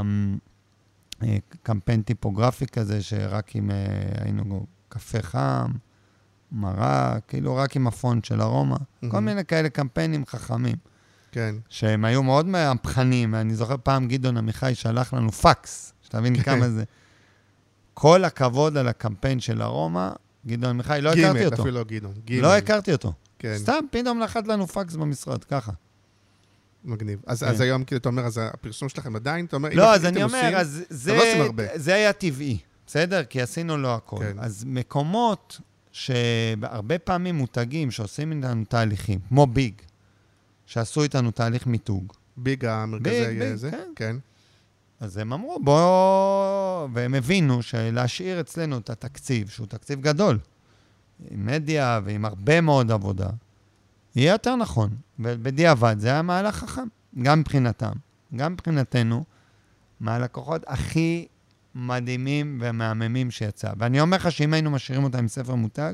קמפיין טיפוגרפי כזה, שרק עם היינו קפה חם, מרק, כאילו רק עם הפונט של ארומה. כל מיני כאלה קמפיינים חכמים. כן. שהם היו מאוד מהפכנים, ואני זוכר פעם גדעון עמיחי שלח לנו פקס, שתבין כמה זה. כל הכבוד על הקמפיין של ארומה, גדעון עמיחי, לא הכרתי אותו. אפילו לא גדעון. לא הכרתי אותו. כן. סתם, פתאום לחת לנו פקס במשרד, ככה. מגניב. אז היום, כאילו, אתה אומר, אז הפרסום שלכם עדיין, אתה אומר, לא, אז אני אומר, אז זה היה טבעי, בסדר? כי עשינו לו הכל. אז מקומות שהרבה פעמים מותגים שעושים איתנו תהליכים, כמו ביג, שעשו איתנו תהליך מיתוג. ביג המרכזי זה? כן. אז הם אמרו, בואו, והם הבינו שלהשאיר אצלנו את התקציב, שהוא תקציב גדול, עם מדיה ועם הרבה מאוד עבודה, יהיה יותר נכון. ובדיעבד זה היה מהלך חכם, גם מבחינתם, גם מבחינתנו, מהלקוחות הכי מדהימים ומהממים שיצא. ואני אומר לך שאם היינו משאירים אותם עם ספר מותג,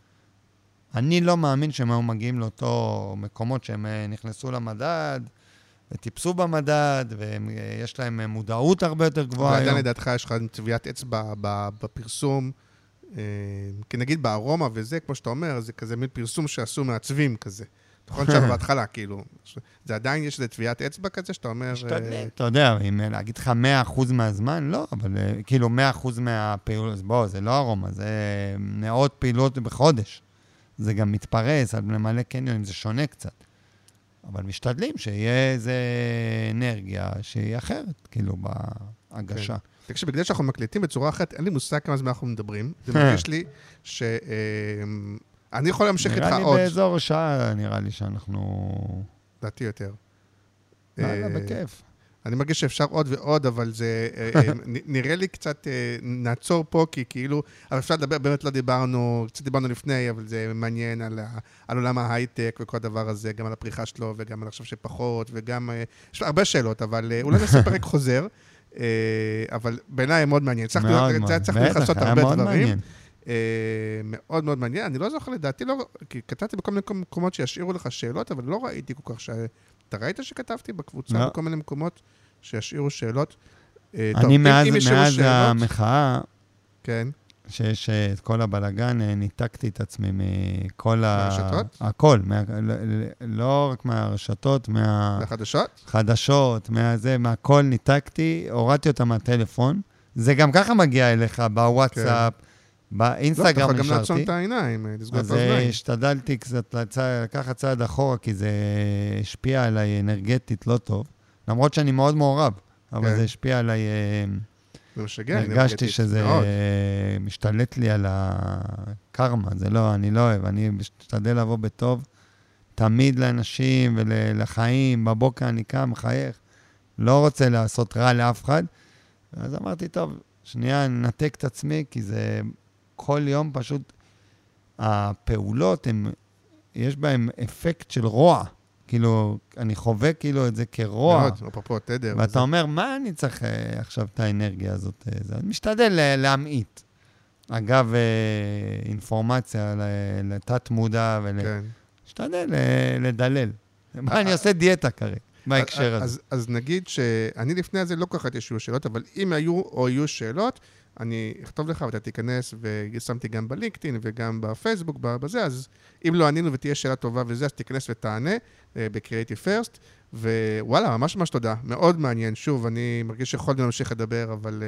אני לא מאמין שהם היו מגיעים לאותו מקומות שהם נכנסו למדד, וטיפסו במדד, ויש להם מודעות הרבה יותר גבוהה היום. ועדיין לדעתך יש לך טביעת אצבע בפרסום, כי נגיד בארומה וזה, כמו שאתה אומר, זה כזה מין פרסום שעשו מעצבים כזה. נכון שם בהתחלה, כאילו. זה עדיין יש איזה טביעת אצבע כזה, שאתה אומר... אתה יודע, אם להגיד לך 100% מהזמן, לא, אבל כאילו 100% מהפעילות, בוא, זה לא ארומה, זה מאות פעילות בחודש. זה גם מתפרס על למלא קניונים, זה שונה קצת. אבל משתדלים שיהיה איזה אנרגיה שהיא אחרת, כאילו, בהגשה. תקשיב, בגלל שאנחנו מקליטים בצורה אחרת, אין לי מושג כמה זמן אנחנו מדברים. זה מרגיש לי אני יכול להמשיך איתך עוד. נראה לי באזור שעה, נראה לי שאנחנו... דעתי יותר. בכיף. אני מרגיש שאפשר עוד ועוד, אבל זה נראה לי קצת נעצור פה, כי כאילו, אבל אפשר לדבר, באמת לא דיברנו, קצת דיברנו לפני, אבל זה מעניין על עולם ההייטק וכל הדבר הזה, גם על הפריחה שלו, וגם על עכשיו שפחות, וגם, יש הרבה שאלות, אבל אולי נעשה פרק חוזר, אבל בעיניי מאוד מעניין. צריך לחסות הרבה דברים. מאוד מאוד מעניין. אני לא זוכר לדעתי, כי כתבתי בכל מיני מקומות שישאירו לך שאלות, אבל לא ראיתי כל כך אתה ראית שכתבתי בקבוצה בכל מיני מקומות שישאירו שאלות? אני מאז המחאה, כן. שיש את כל הבלגן, ניתקתי את עצמי מכל מהרשתות? הכל, לא רק מהרשתות, מהחדשות? חדשות, מהכל ניתקתי, הורדתי אותה מהטלפון. זה גם ככה מגיע אליך בוואטסאפ, באינסטגרם נשארתי. לא, אתה יכול גם לעצום את העיניים, לסגור את האוזניים. אז השתדלתי קצת לקחת צעד אחורה, כי זה השפיע עליי אנרגטית לא טוב. למרות שאני מאוד מעורב, אבל זה השפיע עליי... זה משגע, הרגשתי שזה משתלט לי על הקרמה, זה לא, אני לא אוהב, אני משתדל לבוא בטוב, תמיד לאנשים ולחיים, בבוקר אני קם, מחייך, לא רוצה לעשות רע לאף אחד. אז אמרתי, טוב, שנייה, נתק את עצמי, כי זה... כל יום פשוט הפעולות, יש בהם אפקט של רוע. כאילו, אני חווה כאילו את זה כרוע. מאוד, אפרופו תדר. ואתה אומר, מה אני צריך עכשיו את האנרגיה הזאת? אני משתדל להמעיט. אגב, אינפורמציה לתת מודע, משתדל לדלל. אני עושה דיאטה כרגע, בהקשר הזה. אז נגיד שאני לפני הזה לא כל כך יש שאלות, אבל אם היו או יהיו שאלות, אני אכתוב לך ואתה תיכנס, ושמתי גם בלינקדאין וגם בפייסבוק, בזה, אז אם לא ענינו ותהיה שאלה טובה וזה, אז תיכנס ותענה ב-Creative First, ווואלה, ממש ממש תודה, מאוד מעניין. שוב, אני מרגיש שיכולתי להמשיך לדבר, אבל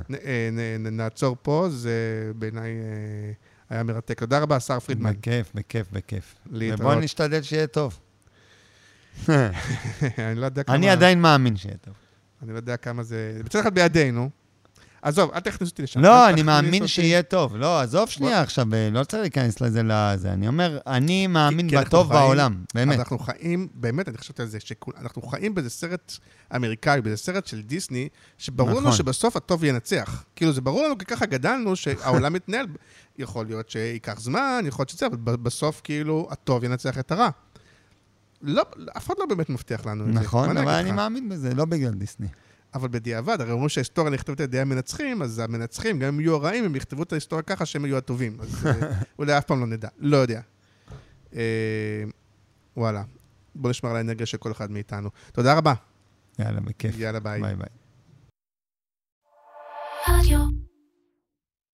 נעצור פה, זה בעיניי היה מרתק. תודה רבה, שר פרידמן. בכיף, בכיף, בכיף. ובוא נשתדל שיהיה טוב. אני לא יודע כמה... אני עדיין מאמין שיהיה טוב. אני לא יודע כמה זה... בצד אחד בידינו. עזוב, אל תכניס אותי לשם. לא, אני מאמין שיהיה טוב. לא, עזוב שנייה עכשיו, לא צריך להיכנס לזה. אני אומר, אני מאמין בטוב בעולם, באמת. אנחנו חיים, באמת, אני חושבת על זה, אנחנו חיים באיזה סרט אמריקאי, באיזה סרט של דיסני, שברור לנו שבסוף הטוב ינצח. כאילו, זה ברור לנו, כי ככה גדלנו, שהעולם מתנהל, יכול להיות שיקח זמן, יכול להיות שזה, אבל בסוף, כאילו, הטוב ינצח את הרע. לא, אף אחד לא באמת מבטיח לנו את זה. נכון, אבל אני מאמין בזה, לא בגלל דיסני. אבל בדיעבד, הרי אומרים שההיסטוריה נכתבת על ידי המנצחים, אז המנצחים, גם אם יהיו הרעים, הם יכתבו את ההיסטוריה ככה שהם יהיו הטובים. אז אולי אף פעם לא נדע. לא יודע. וואלה. בוא נשמר על האנרגיה של כל אחד מאיתנו. תודה רבה. יאללה, בכיף. יאללה, ביי. ביי ביי.